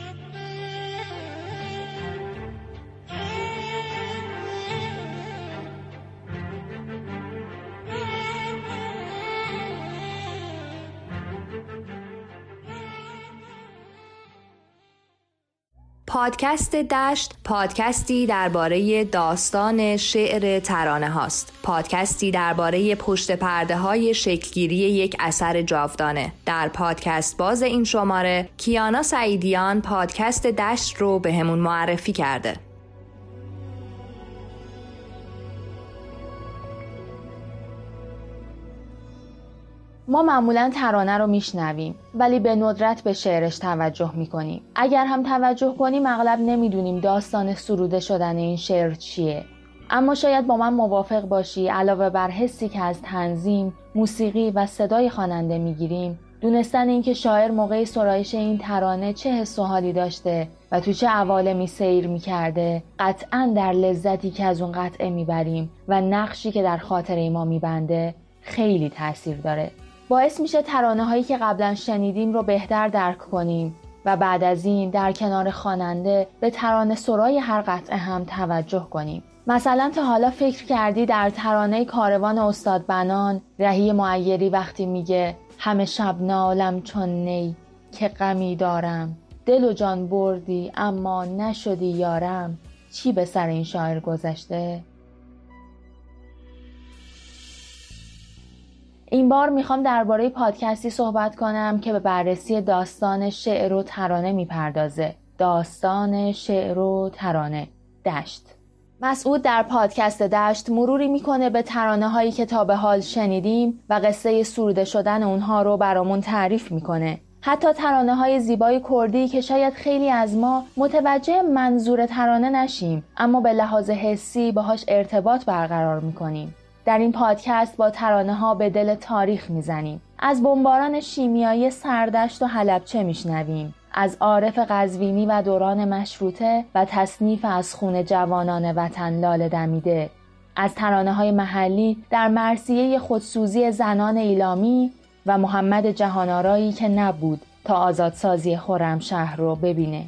پادکست دشت پادکستی درباره داستان شعر ترانه هاست. پادکستی درباره پشت پرده های شکلگیری یک اثر جاودانه. در پادکست باز این شماره کیانا سعیدیان پادکست دشت رو به همون معرفی کرده. ما معمولاً ترانه رو میشنویم ولی به ندرت به شعرش توجه میکنیم. اگر هم توجه کنیم اغلب نمیدونیم داستان سروده شدن این شعر چیه. اما شاید با من موافق باشی علاوه بر حسی که از تنظیم، موسیقی و صدای خواننده میگیریم، دونستن این که شاعر موقع سرایش این ترانه چه حس و حالی داشته و تو چه عوالمی سیر میکرده قطعاً در لذتی که از اون قطعه میبریم و نقشی که در خاطره ما میبنده خیلی تأثیر داره. باعث میشه ترانه هایی که قبلا شنیدیم رو بهتر درک کنیم و بعد از این در کنار خواننده به ترانه سرای هر قطعه هم توجه کنیم. مثلا تا حالا فکر کردی در ترانه کاروان استاد بنان رهی معیری وقتی میگه همه شب نالم چون نی که غمی دارم، دل و جان بردی اما نشدی یارم، چی به سر این شاعر گذشته؟ این بار میخوام درباره پادکستی صحبت کنم که به بررسی داستان شعر و ترانه میپردازه. داستان شعر و ترانه، دشت. مسعود در پادکست دشت مروری میکنه به ترانه هایی که تا به حال شنیدیم و قصه سروده شدن اونها رو برامون تعریف میکنه. حتی ترانه های زیبای کردی که شاید خیلی از ما متوجه منظور ترانه نشیم، اما به لحاظ حسی باهاش ارتباط برقرار میکنیم. در این پادکست با ترانه ها به دل تاریخ میزنیم. از بمباران شیمیایی سردشت و حلبچه میشنویم. از عارف قزوینی و دوران مشروطه و تصنیف از خون جوانان وطن لاله دمیده. از ترانه های محلی در مرثیه خودسوزی زنان ایلامی و محمد جهان‌آرایی که نبود تا آزادسازی خرمشهر رو ببینه.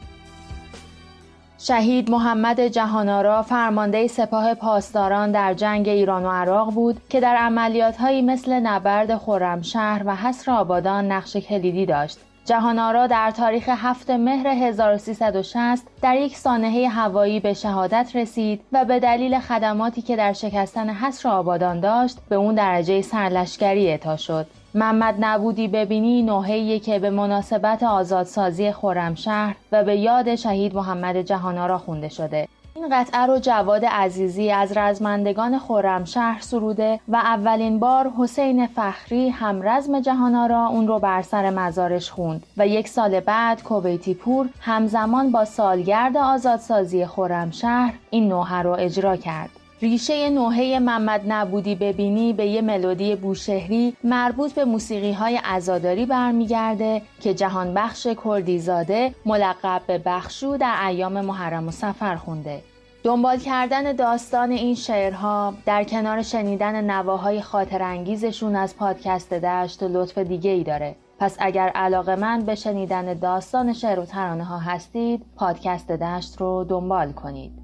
شهید محمد جهان‌آرا فرمانده سپاه پاسداران در جنگ ایران و عراق بود که در عملیات‌هایی مثل نبرد خرمشهر و حصر آبادان نقش کلیدی داشت. جهان‌آرا در تاریخ 7 مهر 1360 در یک سانحه هوایی به شهادت رسید و به دلیل خدماتی که در شکستن حصر آبادان داشت به اون درجه سرلشکری اعطا شد. محمد نبودی ببینی نوحه‌ای که به مناسبت آزادسازی خرمشهر و به یاد شهید محمد جهان‌آرا خونده شده. این قطعه رو جواد عزیزی از رزمندگان خرمشهر سروده و اولین بار حسین فخری هم رزم جهان‌آرا اون رو بر سر مزارش خوند و 1 سال بعد کویتی پور همزمان با سالگرد آزادسازی خرمشهر این نوحه رو اجرا کرد. ریشه نوحه محمد نبودی ببینی به یه ملودی بوشهری مربوط به موسیقی‌های عزاداری برمیگرده که جهانبخش کردیزاده ملقب به بخشو در ایام محرم و صفر خونده. دنبال کردن داستان این شعرها در کنار شنیدن نواهای خاطرانگیزشون از پادکست دشت لطف دیگه‌ای داره. پس اگر علاقه‌مند به شنیدن داستان شعر و ترانه ها هستید، پادکست دشت رو دنبال کنید.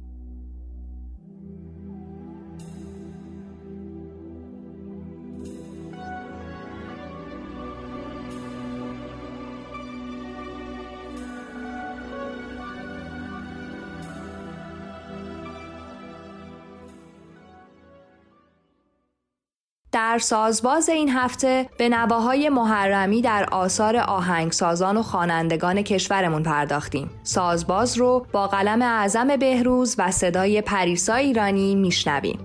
در سازباز این هفته به نواهای محرمی در آثار آهنگسازان و خوانندگان کشورمون پرداختیم. سازباز رو با قلم اعظم بهروز و صدای پریسا ایرانی میشنویم.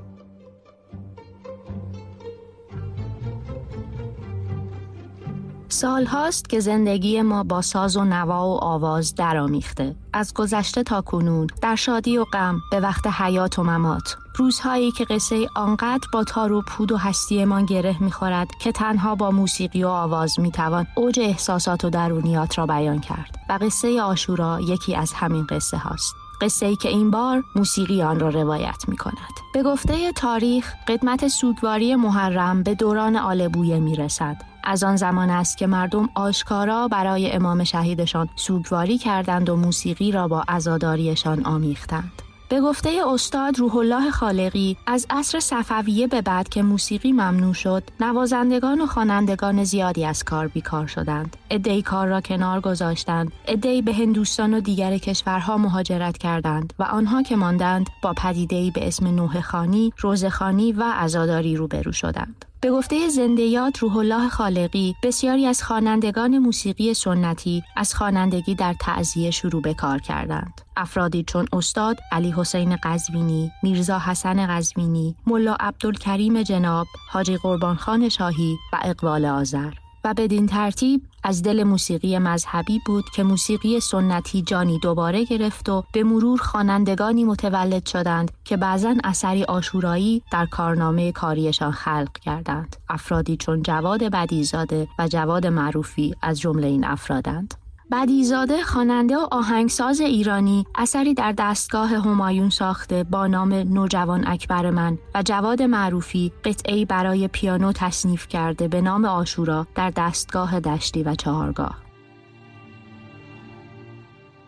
سال هاست که زندگی ما با ساز و نوا و آواز درآمیخته. از گذشته تا کنون، در شادی و غم، به وقت حیات و ممات. روزهایی که قصه آنقدر با تار و پود و هستیمان گره می‌خورد که تنها با موسیقی و آواز می‌توان اوج احساسات و درونیات را بیان کرد. و قصه عاشورا یکی از همین قصه هاست. قصه‌ای که این بار موسیقی آن را روایت می‌کند. به گفته تاریخ، قدمت سوگواری محرم به دوران آل بویه می‌رسد. از آن زمان است که مردم آشکارا برای امام شهیدشان سوگواری کردند و موسیقی را با عزاداریشان آمیختند. به گفته استاد روح الله خالقی، از عصر صفویه به بعد که موسیقی ممنوع شد، نوازندگان و خوانندگان زیادی از کار بیکار شدند. عده‌ای کار را کنار گذاشتند، عده‌ای به هندوستان و دیگر کشورها مهاجرت کردند و آنها که ماندند با پدیده‌ای به اسم نوحه خوانی، روزخوانی و عزاداری روبرو شدند. به گفته زنده یاد روح الله خالقی، بسیاری از خوانندگان موسیقی سنتی از خوانندگی در تعزیه شروع به کار کردند. افرادی چون استاد علی حسین قزوینی، میرزا حسن قزوینی، ملا عبدالکریم جناب، حاجی قربانخان شاهی و اقبال آذر. و بدین ترتیب از دل موسیقی مذهبی بود که موسیقی سنتی جانی دوباره گرفت و به مرور خوانندگانی متولد شدند که بعضاً اثری عاشورایی در کارنامه کاریشان خلق کردند. افرادی چون جواد بدیع‌زاده و جواد معروفی از جمله این افرادند. بدیع‌زاده خواننده و آهنگساز ایرانی اثری در دستگاه همایون ساخته با نام نوجوان اکبر من و جواد معروفی قطعه‌ای برای پیانو تصنیف کرده به نام عاشورا در دستگاه دشتی و چهارگاه.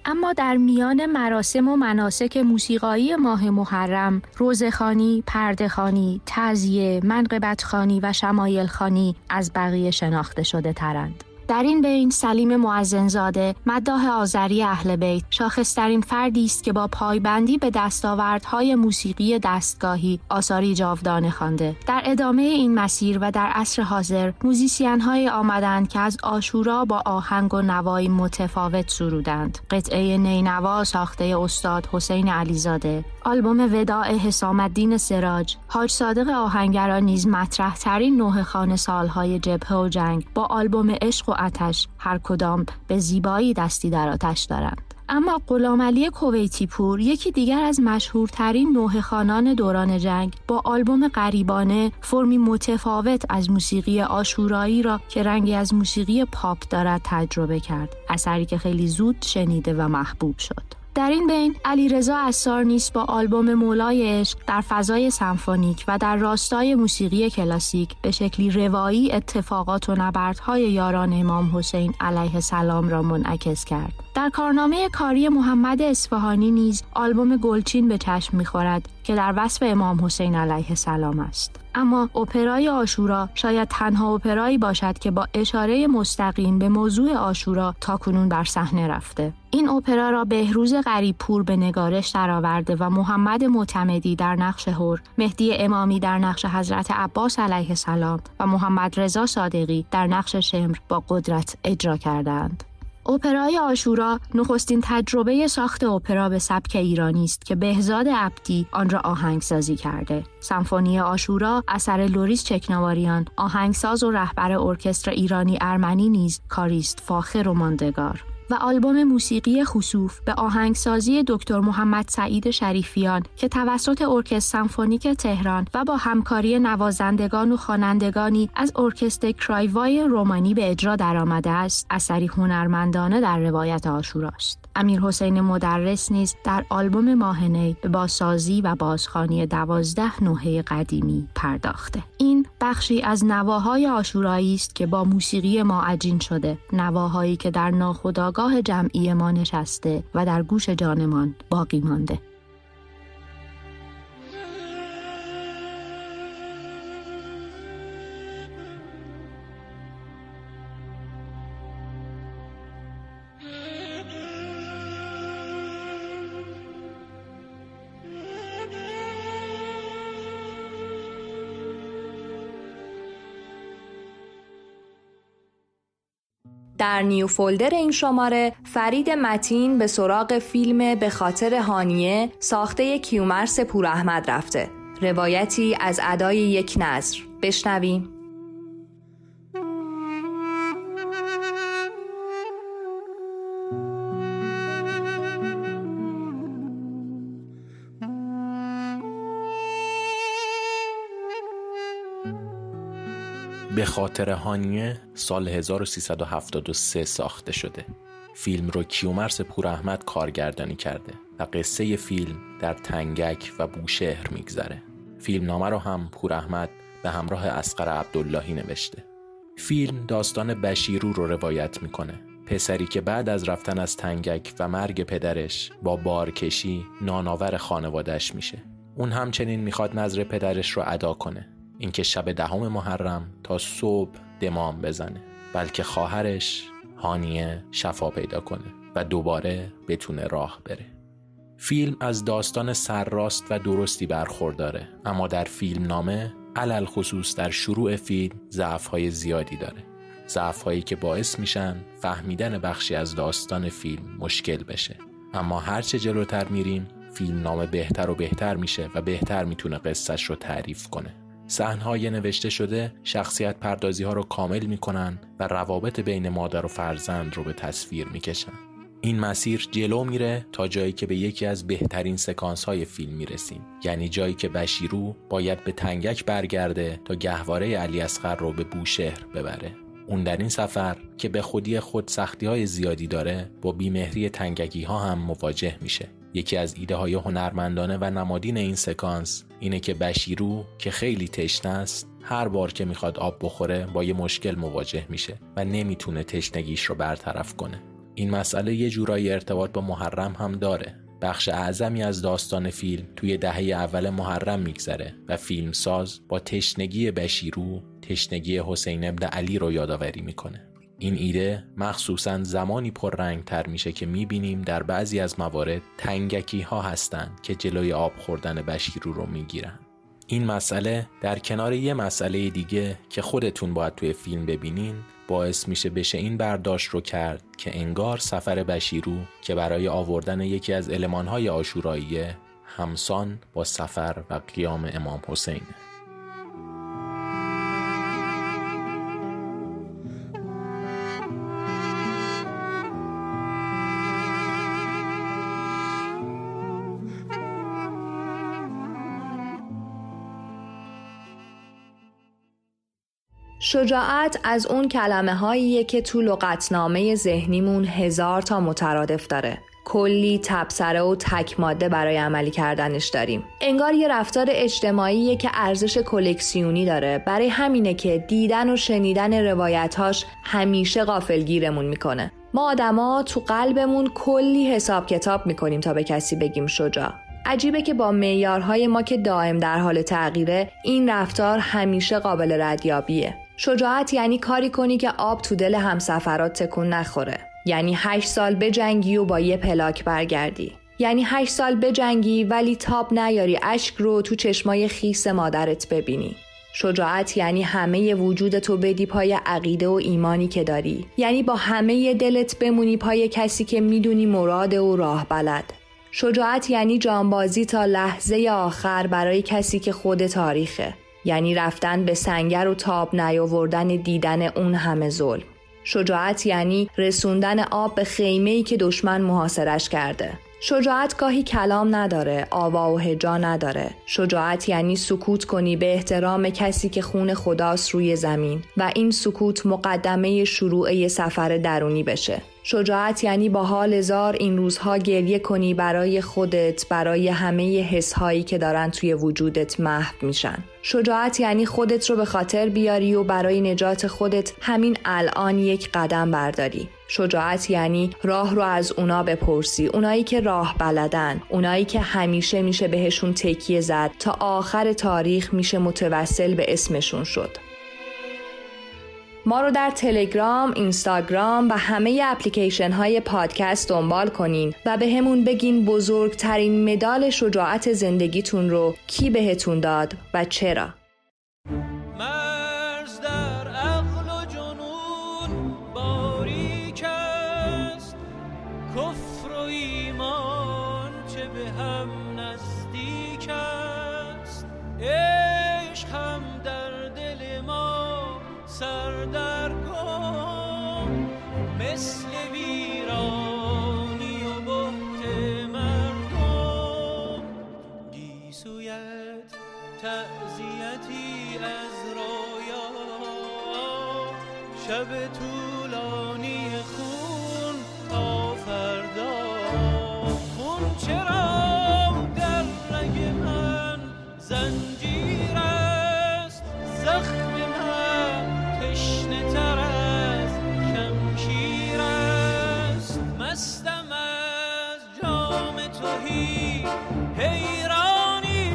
اما در میان مراسم و مناسک موسیقایی ماه محرم، روزخوانی، پرده‌خوانی، تعزیه، منقبت‌خوانی و شمایل‌خوانی از بقیه شناخته شده ترند. در این بین سلیم معزنزاده، مداح آذری اهل بیت، شاخص‌ترین فردی است که با پایبندی به دستاوردهای موسیقی دستگاهی آثاری جاودانه خوانده. در ادامه این مسیر و در عصر حاضر موزیسین‌های آمدند که از عاشورا با آهنگ و نوای متفاوت سرودند. قطعه نینوا ساخته استاد حسین علیزاده، آلبوم وداع حسام الدین سراج، حاج صادق آهنگران نیز مطرح‌ترین نوحه خوان سالهای جبهه و جنگ با آلبوم عشق و آتش هر کدام به زیبایی دستی در آتش دارند. اما غلامعلی کویتی پور، یکی دیگر از مشهورترین نوحه خوانان دوران جنگ، با آلبوم غریبانه فرمی متفاوت از موسیقی عاشورایی را که رنگی از موسیقی پاپ دارد تجربه کرد، اثری که خیلی زود شنیده و محبوب شد. در این بین علیرضا عصار نیز با آلبوم مولای عشق در فضای سمفونیک و در راستای موسیقی کلاسیک به شکلی روایی اتفاقات و نبردهای یاران امام حسین علیه السلام را منعکس کرد. در کارنامه کاری محمد اصفهانی نیز آلبوم گلچین به چشم می‌خورد که در وصف امام حسین علیه السلام است. اما اپرای عاشورا شاید تنها اپرایی باشد که با اشاره مستقیم به موضوع عاشورا تاکنون بر صحنه رفته. این اپرا را بهروز غریب‌پور به نگارش درآورده و محمد معتمدی در نقش هور، مهدی امامی در نقش حضرت عباس علیه السلام و محمد رضا صادقی در نقش شمر با قدرت اجرا کردند. اپرای عاشورا نخستین تجربه ساخت اپرا به سبک ایرانی است که بهزاد عبدی آن را آهنگسازی کرده. سمفونی عاشورا اثر لوریس چکناواریان، آهنگساز و رهبر ارکستر ایرانی ارمنی نیز کاریست فاخر و ماندگار. و آلبوم موسیقی خسوف به آهنگسازی دکتر محمد سعید شریفیان که توسط ارکستر سمفونیک تهران و با همکاری نوازندگان و خوانندگانی از ارکستر کرایوای رومانی به اجرا درآمده است، اثری هنرمندانه در روایت عاشوراست. امیرحسین مدرس نیز در آلبوم ماهنی به بازسازی و بازخوانی 12 نوحه قدیمی پرداخته. این بخشی از نواهای عاشورایی است که با موسیقی ما عجین شده، نواهایی که در ناخودآگاه جمعی ما نشسته و در گوش جانمان باقی مانده. در نیو فولدر این شماره فرید متین به سراغ فیلم به خاطر هانیه ساخته کیومرث پوراحمد رفته. روایتی از ادای یک نظر. بشنویم. به خاطر هانیه سال 1373 ساخته شده. فیلم رو کیومرث پوراحمد کارگردانی کرده و قصه فیلم در تنگک و بوشهر میگذره. فیلم نامه رو هم پوراحمد به همراه اصغر عبداللهی نوشته. فیلم داستان بشیرو رو روایت میکنه. پسری که بعد از رفتن از تنگک و مرگ پدرش با بارکشی نانآور خانواده‌اش میشه. اون همچنین میخواد نذر پدرش رو ادا کنه، اینکه شب 10 محرم تا صبح دمام بزنه، بلکه خواهرش هانیه شفا پیدا کنه و دوباره بتونه راه بره. فیلم از داستان سرراست و درستی برخورداره، اما در فیلم نامه علل خصوص در شروع فیلم ضعف‌های زیادی داره. ضعف‌هایی که باعث میشن فهمیدن بخشی از داستان فیلم مشکل بشه. اما هرچه جلوتر میریم فیلم نامه بهتر و بهتر میشه و بهتر میتونه قصه‌اش رو تعریف کنه. صحنه‌های نوشته شده شخصیت پردازی‌ها رو کامل می‌کنن و روابط بین مادر و فرزند رو به تصویر می‌کشن. این مسیر جلو میره تا جایی که به یکی از بهترین سکانس‌های فیلم میرسیم، یعنی جایی که بشیرو باید به تنگک برگرده تا گهواره علی اصغر رو به بوشهر ببره. اون در این سفر که به خودی خود سختی‌های زیادی داره با بیمهری تنگکی‌ها هم مواجه میشه. یکی از ایده های هنرمندانه و نمادین این سکانس اینه که بشیرو که خیلی تشنه است هر بار که میخواد آب بخوره با یه مشکل مواجه میشه و نمیتونه تشنگیش رو برطرف کنه. این مسئله یه جورایی ارتباط با محرم هم داره. بخش اعظمی از داستان فیلم توی دهه اول محرم میگذره و فیلمساز با تشنگی بشیرو تشنگی حسین ابن علی رو یادآوری میکنه. این ایده مخصوصاً زمانی پررنگ تر میشه که میبینیم در بعضی از موارد تنگکی ها هستن که جلوی آب خوردن بشیرو رو میگیرن. این مسئله در کنار یه مسئله دیگه که خودتون باید توی فیلم ببینین باعث میشه بشه این برداشت رو کرد که انگار سفر بشیرو که برای آوردن یکی از المانهای عاشوراییه همسان با سفر و قیام امام حسینه. شجاعت از اون کلمه هاییه که تو لغتنامه ذهنیمون 1000 تا مترادف داره. کلی تبصره و تک ماده برای عملی کردنش داریم. انگار یه رفتار اجتماعیه که ارزش کلکسیونی داره. برای همینه که دیدن و شنیدن روایتاش همیشه غافلگیرمون میکنه. ما آدما تو قلبمون کلی حساب کتاب میکنیم تا به کسی بگیم شجاع. عجیبه که با معیارهای ما که دائم در حال تغییره این رفتار همیشه قابل ردیابیه. شجاعت یعنی کاری کنی که آب تو دل همسفرات تکون نخوره. یعنی 8 سال بجنگی و با یه پلاک برگردی. یعنی 8 سال بجنگی ولی تاب نیاری اشک رو تو چشمای خیس مادرت ببینی. شجاعت یعنی همه وجود تو بدی پای عقیده و ایمانی که داری. یعنی با همه دلت بمونی پای کسی که میدونی مراده و راه بلد. شجاعت یعنی جانبازی تا لحظه آخر برای کسی که خود تاریخه. یعنی رفتن به سنگر و تاب نیاوردن دیدن اون همه ظلم. شجاعت یعنی رسوندن آب به خیمه‌ای که دشمن محاصرش کرده. شجاعت گاهی کلام نداره، آوا و هجا نداره. شجاعت یعنی سکوت کنی به احترام کسی که خون خداست روی زمین و این سکوت مقدمه شروع یه سفر درونی بشه. شجاعت یعنی با حال زار این روزها گریه کنی برای خودت، برای همه حسهایی که دارن توی وجودت محو میشن. شجاعت یعنی خودت رو به خاطر بیاری و برای نجات خودت همین الان یک قدم برداری. شجاعت یعنی راه رو از اونا بپرسی، اونایی که راه بلدن، اونایی که همیشه میشه بهشون تکیه زد تا آخر تاریخ میشه متوسل به اسمشون شد. ما رو در تلگرام، اینستاگرام و همه اپلیکیشن های پادکست دنبال کنین و به همون بگین بزرگترین مدال شجاعت زندگیتون رو کی بهتون داد و چرا. مرز در عقل و جنون باریک است، کفر و ایمان چه به هم نزدیک است. عشق هم در دل ما سردرگم، مثل ویرانی و بهت مردم. گیسویت تعزیتی از رویا، شب طولانی خون تا فردا. خون چرا در رگ من زنجیر است، زخم تشنه تر از شمشیر است. مستم از جام تهی حیرانی،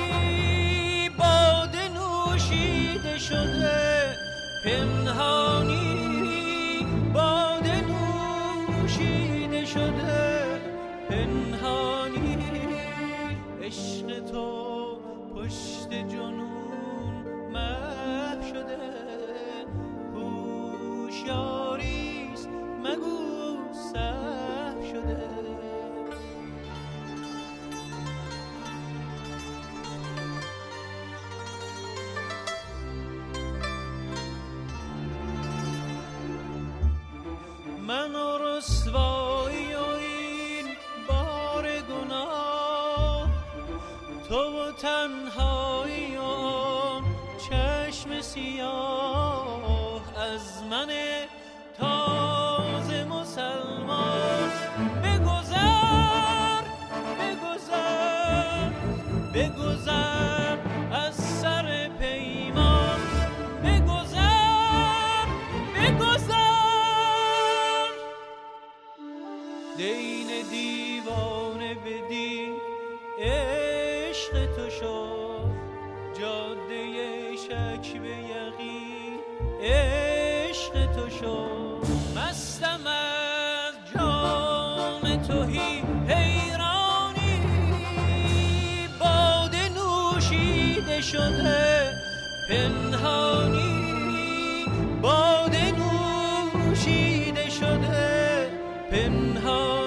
باده نوشیده شده پنهانی. باده نوشیده شده پنهانی. عشق تو پشت جنون محو شده، هوشیاریست مگو سهو شده. من و رسوایی و این بار گناه، تو و تنهایی و آن چشم سیاه. از من تازه مسلمان بگذر، بگذر، بگذر از سر پیمان. بگذر، بگذر. دین دیوانه بدی عشق تو شد، جاده شک به یقین عشق تو شد. مستم از جام توهی حیرانی، باده نوشیده شده پنهانی، باده نوشیده شده پنهانی.